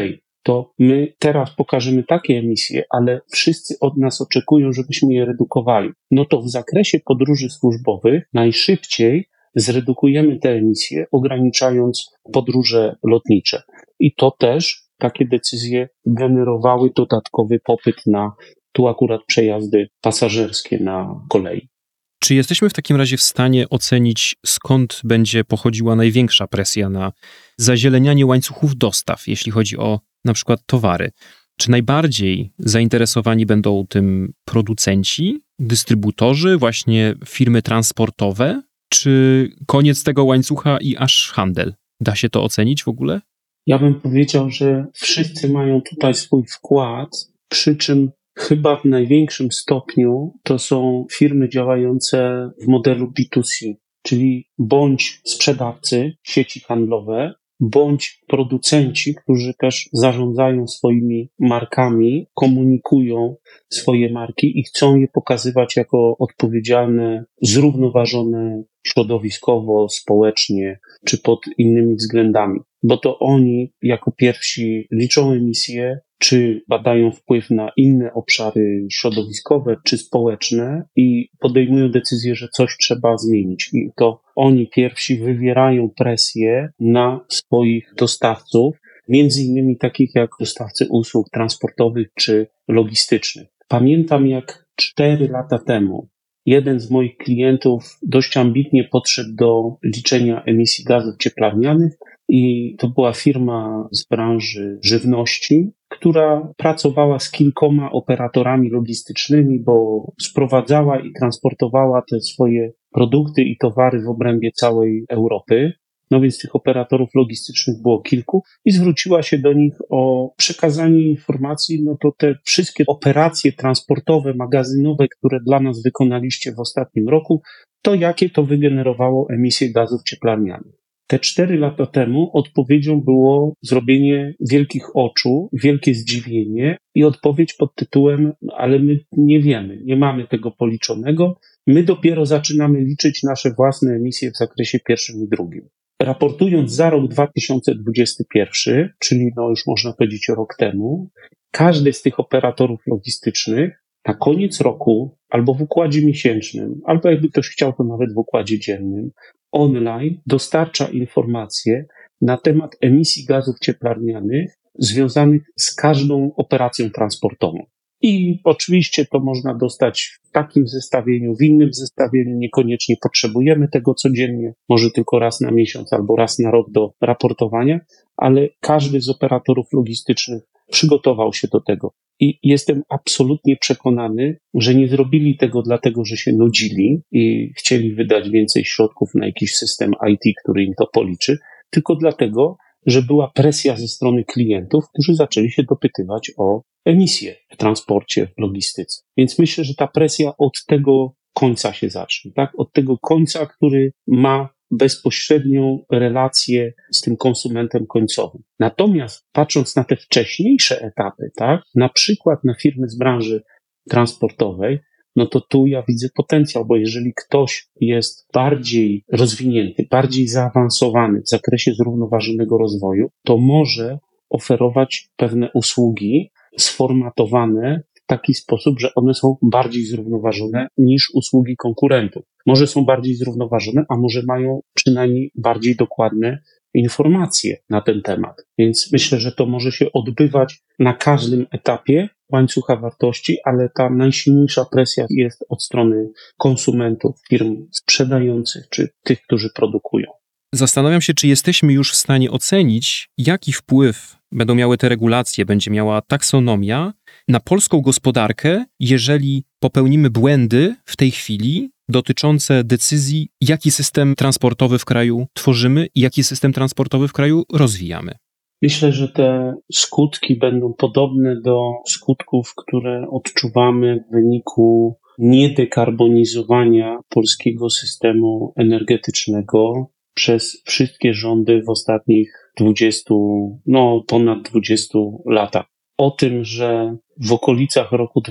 to my teraz pokażemy takie emisje, ale wszyscy od nas oczekują, żebyśmy je redukowali. No to w zakresie podróży służbowych najszybciej zredukujemy te emisje, ograniczając podróże lotnicze. I to też takie decyzje generowały dodatkowy popyt na tu akurat przejazdy pasażerskie na kolei. Czy jesteśmy w takim razie w stanie ocenić, skąd będzie pochodziła największa presja na zazielenianie łańcuchów dostaw, jeśli chodzi o na przykład towary? Czy najbardziej zainteresowani będą tym producenci, dystrybutorzy, właśnie firmy transportowe, czy koniec tego łańcucha i aż handel? Da się to ocenić w ogóle? Ja bym powiedział, że wszyscy mają tutaj swój wkład, przy czym chyba w największym stopniu to są firmy działające w modelu B2C, czyli bądź sprzedawcy, sieci handlowe, bądź producenci, którzy też zarządzają swoimi markami, komunikują swoje marki i chcą je pokazywać jako odpowiedzialne, zrównoważone środowiskowo, społecznie czy pod innymi względami. Bo to oni jako pierwsi liczą emisje, czy badają wpływ na inne obszary środowiskowe czy społeczne i podejmują decyzję, że coś trzeba zmienić. I to oni pierwsi wywierają presję na swoich dostawców, między innymi takich jak dostawcy usług transportowych czy logistycznych. Pamiętam, jak 4 lata temu jeden z moich klientów dość ambitnie podszedł do liczenia emisji gazów cieplarnianych i to była firma z branży żywności, która pracowała z kilkoma operatorami logistycznymi, bo sprowadzała i transportowała te swoje produkty i towary w obrębie całej Europy. No więc tych operatorów logistycznych było kilku i zwróciła się do nich o przekazanie informacji, no to te wszystkie operacje transportowe, magazynowe, które dla nas wykonaliście w ostatnim roku, to jakie to wygenerowało emisje gazów cieplarnianych. Te 4 lata temu odpowiedzią było zrobienie wielkich oczu, wielkie zdziwienie i odpowiedź pod tytułem, ale my nie wiemy, nie mamy tego policzonego, my dopiero zaczynamy liczyć nasze własne emisje w zakresie pierwszym i drugim. Raportując za rok 2021, czyli już można powiedzieć rok temu, każdy z tych operatorów logistycznych na koniec roku albo w układzie miesięcznym, albo jakby ktoś chciał, to nawet w układzie dziennym, online dostarcza informacje na temat emisji gazów cieplarnianych związanych z każdą operacją transportową. I oczywiście to można dostać w takim zestawieniu, w innym zestawieniu, niekoniecznie potrzebujemy tego codziennie, może tylko raz na miesiąc albo raz na rok do raportowania, ale każdy z operatorów logistycznych przygotował się do tego. I jestem absolutnie przekonany, że nie zrobili tego dlatego, że się nudzili i chcieli wydać więcej środków na jakiś system IT, który im to policzy, tylko dlatego, że była presja ze strony klientów, którzy zaczęli się dopytywać o emisję w transporcie, w logistyce. Więc myślę, że ta presja od tego końca się zacznie, tak? Od tego końca, który ma bezpośrednią relację z tym konsumentem końcowym. Natomiast patrząc na te wcześniejsze etapy, tak? Na przykład na firmy z branży transportowej, no to tu ja widzę potencjał, bo jeżeli ktoś jest bardziej rozwinięty, bardziej zaawansowany w zakresie zrównoważonego rozwoju, to może oferować pewne usługi sformatowane w taki sposób, że one są bardziej zrównoważone niż usługi konkurentów. Może są bardziej zrównoważone, a może mają przynajmniej bardziej dokładne informacje na ten temat. Więc myślę, że to może się odbywać na każdym etapie łańcucha wartości, ale ta najsilniejsza presja jest od strony konsumentów, firm sprzedających czy tych, którzy produkują. Zastanawiam się, czy jesteśmy już w stanie ocenić, jaki wpływ będą miały te regulacje, będzie miała taksonomia na polską gospodarkę, jeżeli popełnimy błędy w tej chwili dotyczące decyzji, jaki system transportowy w kraju tworzymy i jaki system transportowy w kraju rozwijamy. Myślę, że te skutki będą podobne do skutków, które odczuwamy w wyniku niedekarbonizowania polskiego systemu energetycznego przez wszystkie rządy w ostatnich ponad 20 latach. O tym, że w okolicach roku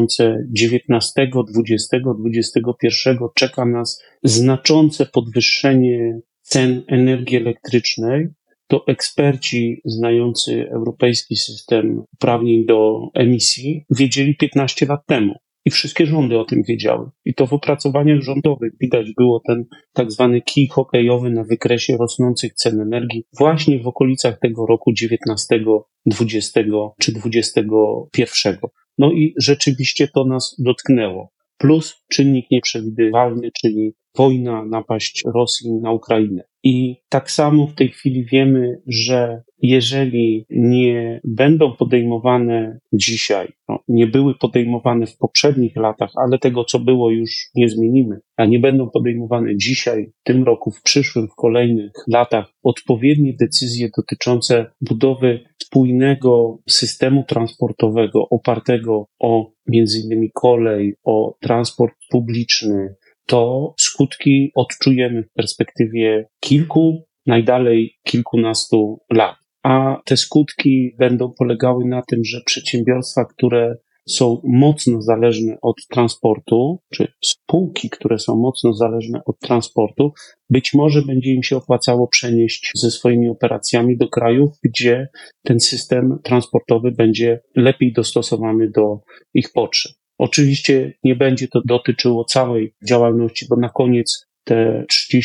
2019, 2020, 2021 czeka nas znaczące podwyższenie cen energii elektrycznej, to eksperci znający europejski system uprawnień do emisji wiedzieli 15 lat temu. I wszystkie rządy o tym wiedziały. I to w opracowaniach rządowych widać było ten tak zwany kij hokejowy na wykresie rosnących cen energii właśnie w okolicach tego roku 19, 20 czy 21. No i rzeczywiście to nas dotknęło. Plus czynnik nieprzewidywalny, czyli wojna, napaść Rosji na Ukrainę. I tak samo w tej chwili wiemy, że jeżeli nie będą podejmowane dzisiaj, nie były podejmowane w poprzednich latach, ale tego, co było, już nie zmienimy, a nie będą podejmowane dzisiaj, w tym roku, w przyszłym, w kolejnych latach odpowiednie decyzje dotyczące budowy spójnego systemu transportowego opartego o między innymi kolej, o transport publiczny, to skutki odczujemy w perspektywie kilku, najdalej kilkunastu lat. A te skutki będą polegały na tym, że przedsiębiorstwa, które są mocno zależne od transportu, czy spółki, które są mocno zależne od transportu, być może będzie im się opłacało przenieść ze swoimi operacjami do krajów, gdzie ten system transportowy będzie lepiej dostosowany do ich potrzeb. Oczywiście nie będzie to dotyczyło całej działalności, bo na koniec te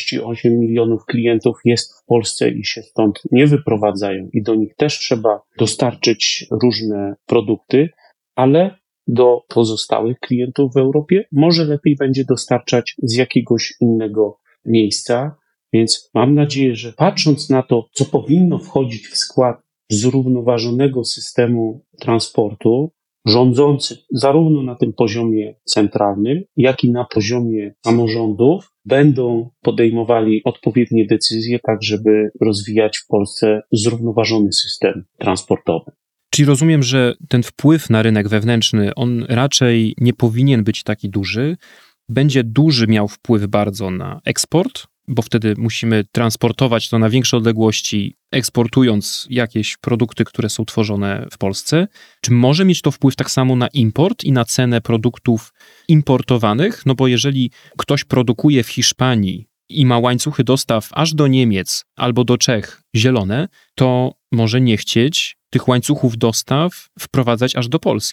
38 milionów klientów jest w Polsce i się stąd nie wyprowadzają i do nich też trzeba dostarczyć różne produkty, ale do pozostałych klientów w Europie może lepiej będzie dostarczać z jakiegoś innego miejsca. Więc mam nadzieję, że patrząc na to, co powinno wchodzić w skład zrównoważonego systemu transportu, rządzący zarówno na tym poziomie centralnym, jak i na poziomie samorządów będą podejmowali odpowiednie decyzje, tak żeby rozwijać w Polsce zrównoważony system transportowy. Czyli rozumiem, że ten wpływ na rynek wewnętrzny, on raczej nie powinien być taki duży. Będzie duży miał wpływ bardzo na eksport, bo wtedy musimy transportować to na większe odległości, eksportując jakieś produkty, które są tworzone w Polsce. Czy może mieć to wpływ tak samo na import i na cenę produktów importowanych? No bo jeżeli ktoś produkuje w Hiszpanii i ma łańcuchy dostaw aż do Niemiec albo do Czech zielone, to może nie chcieć tych łańcuchów dostaw wprowadzać aż do Polski.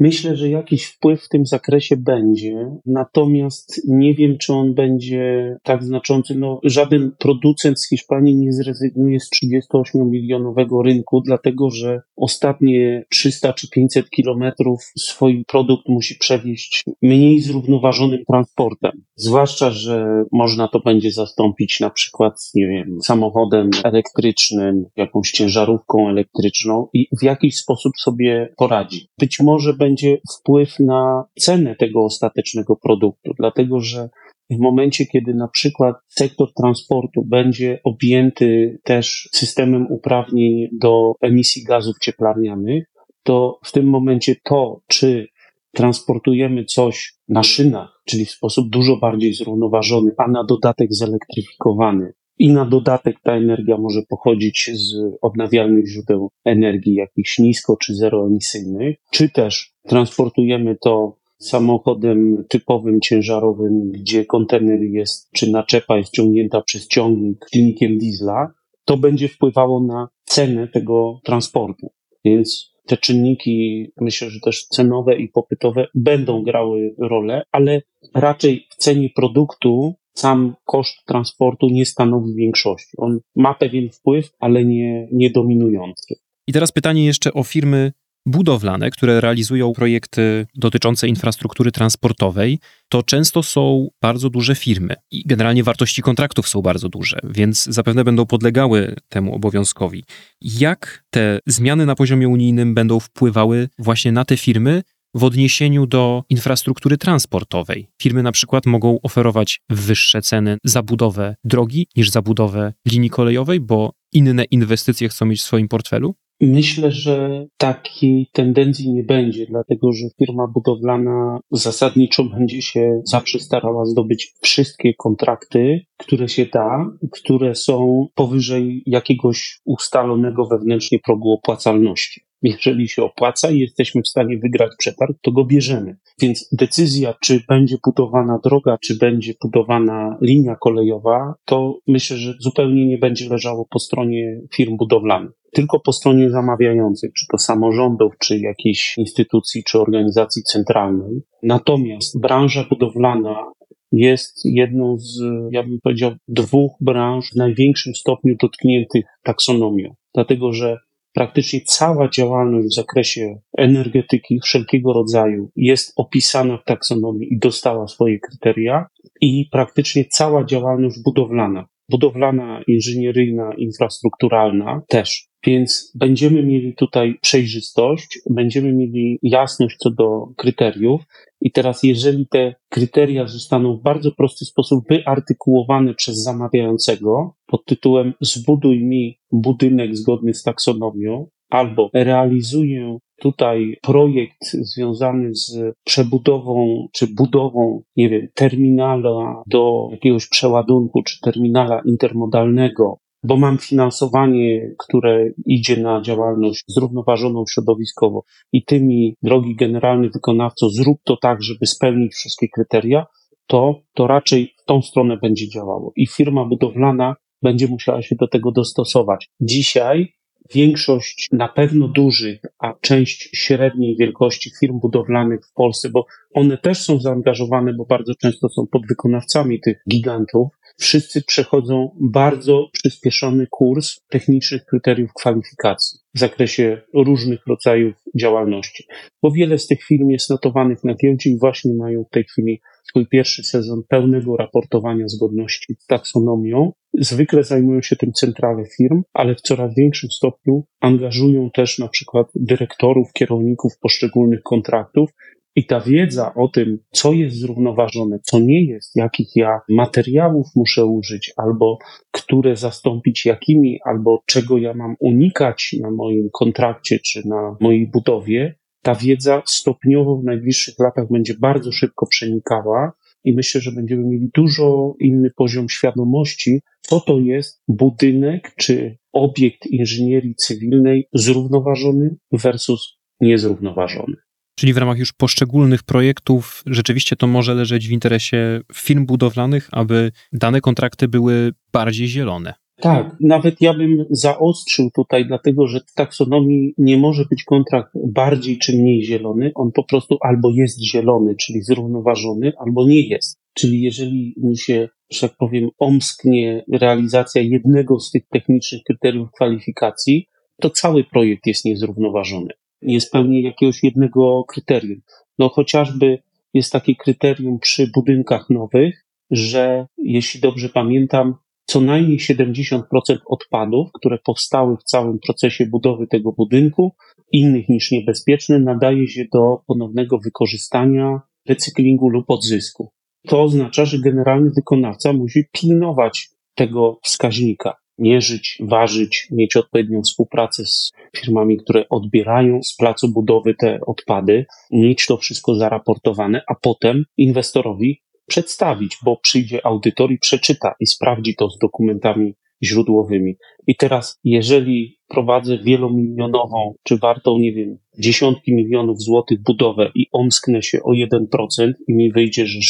Myślę, że jakiś wpływ w tym zakresie będzie, natomiast nie wiem, czy on będzie tak znaczący. Żaden producent z Hiszpanii nie zrezygnuje z 38-milionowego rynku, dlatego że ostatnie 300 czy 500 kilometrów swój produkt musi przewieźć mniej zrównoważonym transportem. Zwłaszcza, że można to będzie zastąpić na przykład, nie wiem, samochodem elektrycznym, jakąś ciężarówką elektryczną i w jakiś sposób sobie poradzi. Być może będzie wpływ na cenę tego ostatecznego produktu, dlatego że w momencie, kiedy na przykład sektor transportu będzie objęty też systemem uprawnień do emisji gazów cieplarnianych, to w tym momencie to, czy transportujemy coś na szynach, czyli w sposób dużo bardziej zrównoważony, a na dodatek zelektryfikowany, i na dodatek ta energia może pochodzić z odnawialnych źródeł energii, jakichś nisko czy zeroemisyjnych, czy też transportujemy to samochodem typowym, ciężarowym, gdzie kontener jest, czy naczepa jest ciągnięta przez ciągnik silnikiem diesla, to będzie wpływało na cenę tego transportu. Więc te czynniki, myślę, że też cenowe i popytowe będą grały rolę, ale raczej w cenie produktu sam koszt transportu nie stanowi większości. On ma pewien wpływ, ale nie dominujący. I teraz pytanie jeszcze o firmy budowlane, które realizują projekty dotyczące infrastruktury transportowej. To często są bardzo duże firmy i generalnie wartości kontraktów są bardzo duże, więc zapewne będą podlegały temu obowiązkowi. Jak te zmiany na poziomie unijnym będą wpływały właśnie na te firmy w odniesieniu do infrastruktury transportowej? Firmy na przykład mogą oferować wyższe ceny za budowę drogi niż za budowę linii kolejowej, bo inne inwestycje chcą mieć w swoim portfelu? Myślę, że takiej tendencji nie będzie, dlatego że firma budowlana zasadniczo będzie się zawsze starała zdobyć wszystkie kontrakty, które się da, które są powyżej jakiegoś ustalonego wewnętrznie progu opłacalności. Jeżeli się opłaca i jesteśmy w stanie wygrać przetarg, to go bierzemy. Więc decyzja, czy będzie budowana droga, czy będzie budowana linia kolejowa, to myślę, że zupełnie nie będzie leżało po stronie firm budowlanych, tylko po stronie zamawiających, czy to samorządów, czy jakiejś instytucji, czy organizacji centralnej. Natomiast branża budowlana jest jedną z, ja bym powiedział, dwóch branż w największym stopniu dotkniętych taksonomią, dlatego że praktycznie cała działalność w zakresie energetyki wszelkiego rodzaju jest opisana w taksonomii i dostała swoje kryteria, i praktycznie cała działalność budowlana, inżynieryjna, infrastrukturalna też. Więc będziemy mieli tutaj przejrzystość, będziemy mieli jasność co do kryteriów. I teraz, jeżeli te kryteria zostaną w bardzo prosty sposób wyartykułowane przez zamawiającego pod tytułem zbuduj mi budynek zgodny z taksonomią, albo realizuję tutaj projekt związany z przebudową czy budową, nie wiem, terminala do jakiegoś przeładunku, czy terminala intermodalnego, bo mam finansowanie, które idzie na działalność zrównoważoną środowiskowo i ty mi, drogi generalny wykonawco, zrób to tak, żeby spełnić wszystkie kryteria, to raczej w tą stronę będzie działało i firma budowlana będzie musiała się do tego dostosować. Dzisiaj większość na pewno dużych, a część średniej wielkości firm budowlanych w Polsce, bo one też są zaangażowane, bo bardzo często są podwykonawcami tych gigantów, wszyscy przechodzą bardzo przyspieszony kurs technicznych kryteriów kwalifikacji w zakresie różnych rodzajów działalności. Bo wiele z tych firm jest notowanych na giełdzie i właśnie mają w tej chwili swój pierwszy sezon pełnego raportowania zgodności z taksonomią. Zwykle zajmują się tym centrale firm, ale w coraz większym stopniu angażują też na przykład dyrektorów, kierowników poszczególnych kontraktów. I ta wiedza o tym, co jest zrównoważone, co nie jest, jakich ja materiałów muszę użyć, albo które zastąpić jakimi, albo czego ja mam unikać na moim kontrakcie czy na mojej budowie, ta wiedza stopniowo w najbliższych latach będzie bardzo szybko przenikała i myślę, że będziemy mieli dużo inny poziom świadomości, co to jest budynek czy obiekt inżynierii cywilnej zrównoważony versus niezrównoważony. Czyli w ramach już poszczególnych projektów rzeczywiście to może leżeć w interesie firm budowlanych, aby dane kontrakty były bardziej zielone. Tak, nawet ja bym zaostrzył tutaj, dlatego że w taksonomii nie może być kontrakt bardziej czy mniej zielony. On po prostu albo jest zielony, czyli zrównoważony, albo nie jest. Czyli jeżeli mi się, że tak powiem, omsknie realizacja jednego z tych technicznych kryteriów kwalifikacji, to cały projekt jest niezrównoważony. Nie spełnia jakiegoś jednego kryterium. No chociażby jest takie kryterium przy budynkach nowych, że jeśli dobrze pamiętam, co najmniej 70% odpadów, które powstały w całym procesie budowy tego budynku, innych niż niebezpieczne, nadaje się do ponownego wykorzystania, recyklingu lub odzysku. To oznacza, że generalny wykonawca musi pilnować tego wskaźnika, mierzyć, ważyć, mieć odpowiednią współpracę z firmami, które odbierają z placu budowy te odpady, mieć to wszystko zaraportowane, a potem inwestorowi przedstawić, bo przyjdzie audytor i przeczyta i sprawdzi to z dokumentami źródłowymi. I teraz, jeżeli prowadzę wielomilionową, czy wartą, nie wiem, dziesiątki milionów złotych budowę i omsknę się o 1% i mi wyjdzie, że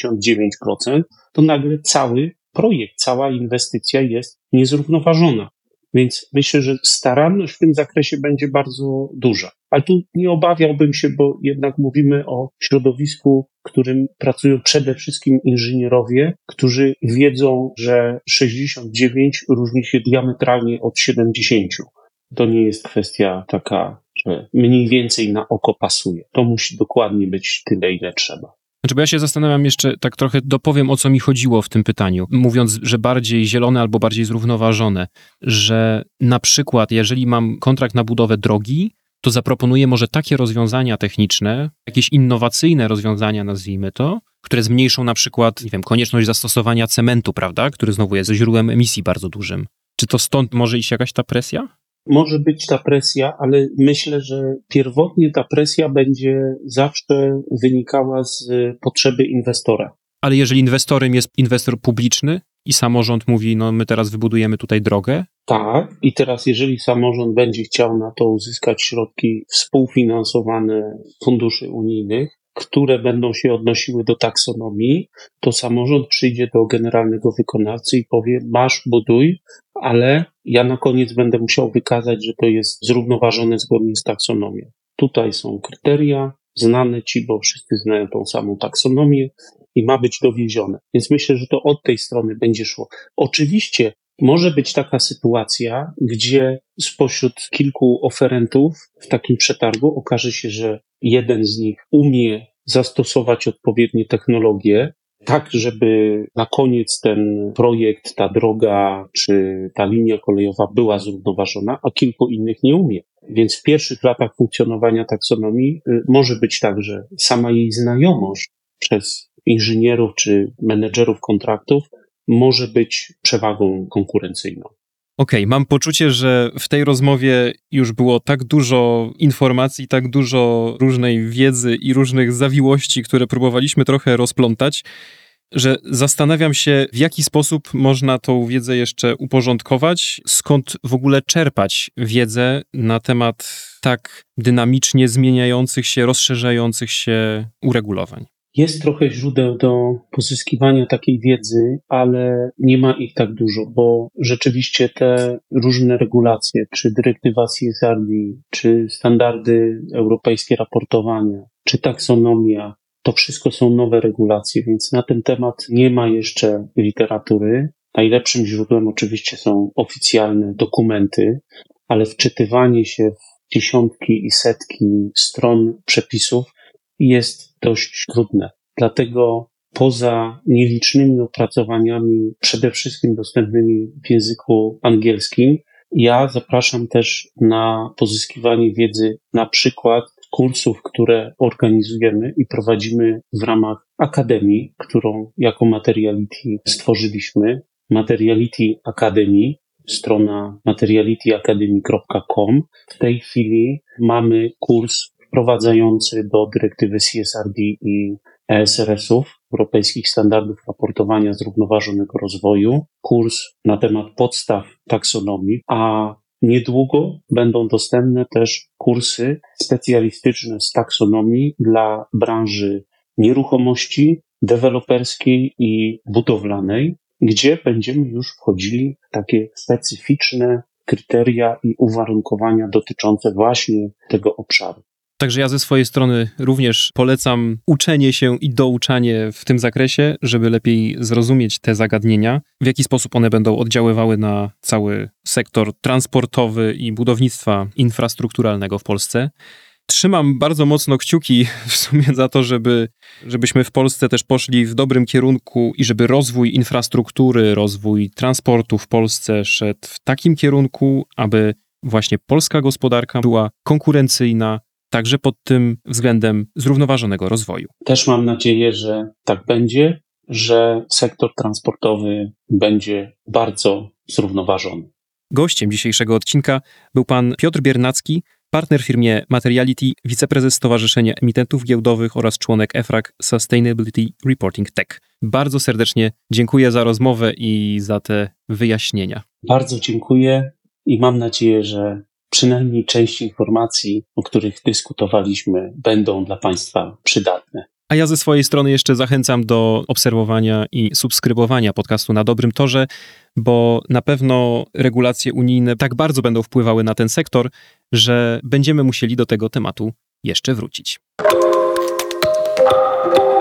69%, to nagle cały projekt, cała inwestycja jest niezrównoważona. Więc myślę, że staranność w tym zakresie będzie bardzo duża. Ale tu nie obawiałbym się, bo jednak mówimy o środowisku, w którym pracują przede wszystkim inżynierowie, którzy wiedzą, że 69 różni się diametralnie od 70. To nie jest kwestia taka, że mniej więcej na oko pasuje. To musi dokładnie być tyle, ile trzeba. Znaczy, bo ja się zastanawiam jeszcze, tak trochę dopowiem, o co mi chodziło w tym pytaniu, mówiąc, że bardziej zielone albo bardziej zrównoważone, że na przykład, jeżeli mam kontrakt na budowę drogi, to zaproponuję może takie rozwiązania techniczne, jakieś innowacyjne rozwiązania, nazwijmy to, które zmniejszą na przykład, nie wiem, konieczność zastosowania cementu, prawda, który znowu jest źródłem emisji bardzo dużym. Czy to stąd może iść jakaś ta presja? Może być ta presja, ale myślę, że pierwotnie ta presja będzie zawsze wynikała z potrzeby inwestora. Ale jeżeli inwestorem jest inwestor publiczny i samorząd mówi, no my teraz wybudujemy tutaj drogę. Tak, i teraz jeżeli samorząd będzie chciał na to uzyskać środki współfinansowane z funduszy unijnych, które będą się odnosiły do taksonomii, to samorząd przyjdzie do generalnego wykonawcy i powie, masz, buduj, ale ja na koniec będę musiał wykazać, że to jest zrównoważone zgodnie z taksonomią. Tutaj są kryteria znane ci, bo wszyscy znają tą samą taksonomię i ma być dowiezione. Więc myślę, że to od tej strony będzie szło. Oczywiście może być taka sytuacja, gdzie spośród kilku oferentów w takim przetargu okaże się, że jeden z nich umie zastosować odpowiednie technologie, tak żeby na koniec ten projekt, ta droga czy ta linia kolejowa była zrównoważona, a kilku innych nie umie. Więc w pierwszych latach funkcjonowania taksonomii może być tak, że sama jej znajomość przez inżynierów czy menedżerów kontraktów może być przewagą konkurencyjną. Okej, mam poczucie, że w tej rozmowie już było tak dużo informacji, tak dużo różnej wiedzy i różnych zawiłości, które próbowaliśmy trochę rozplątać, że zastanawiam się, w jaki sposób można tą wiedzę jeszcze uporządkować, skąd w ogóle czerpać wiedzę na temat tak dynamicznie zmieniających się, rozszerzających się uregulowań. Jest trochę źródeł do pozyskiwania takiej wiedzy, ale nie ma ich tak dużo, bo rzeczywiście te różne regulacje, czy dyrektywa CSRD, czy standardy europejskie raportowania, czy taksonomia, to wszystko są nowe regulacje, więc na ten temat nie ma jeszcze literatury. Najlepszym źródłem oczywiście są oficjalne dokumenty, ale wczytywanie się w dziesiątki i setki stron przepisów jest dość trudne. Dlatego poza nielicznymi opracowaniami, przede wszystkim dostępnymi w języku angielskim, ja zapraszam też na pozyskiwanie wiedzy, na przykład kursów, które organizujemy i prowadzimy w ramach Akademii, którą jako Materiality stworzyliśmy. Materiality Academy, strona materialityacademy.com. W tej chwili mamy kurs wprowadzający do dyrektywy CSRD i ESRS-ów, Europejskich Standardów Raportowania Zrównoważonego Rozwoju, kurs na temat podstaw taksonomii, a niedługo będą dostępne też kursy specjalistyczne z taksonomii dla branży nieruchomości, deweloperskiej i budowlanej. gdzie będziemy już wchodzili w takie specyficzne kryteria i uwarunkowania dotyczące właśnie tego obszaru. Także ja ze swojej strony również polecam uczenie się i douczanie w tym zakresie, żeby lepiej zrozumieć te zagadnienia, w jaki sposób one będą oddziaływały na cały sektor transportowy i budownictwa infrastrukturalnego w Polsce. Trzymam bardzo mocno kciuki w sumie za to, żebyśmy w Polsce też poszli w dobrym kierunku i żeby rozwój infrastruktury, rozwój transportu w Polsce szedł w takim kierunku, aby właśnie polska gospodarka była konkurencyjna, także pod tym względem zrównoważonego rozwoju. Też mam nadzieję, że tak będzie, że sektor transportowy będzie bardzo zrównoważony. Gościem dzisiejszego odcinka był pan Piotr Biernacki, partner w firmie Materiality, wiceprezes Stowarzyszenia Emitentów Giełdowych oraz członek EFRAG Sustainability Reporting Tech. Bardzo serdecznie dziękuję za rozmowę i za te wyjaśnienia. Bardzo dziękuję i mam nadzieję, że przynajmniej część informacji, o których dyskutowaliśmy, będą dla Państwa przydatne. A ja ze swojej strony jeszcze zachęcam do obserwowania i subskrybowania podcastu Na Dobrym Torze, bo na pewno regulacje unijne tak bardzo będą wpływały na ten sektor, że będziemy musieli do tego tematu jeszcze wrócić.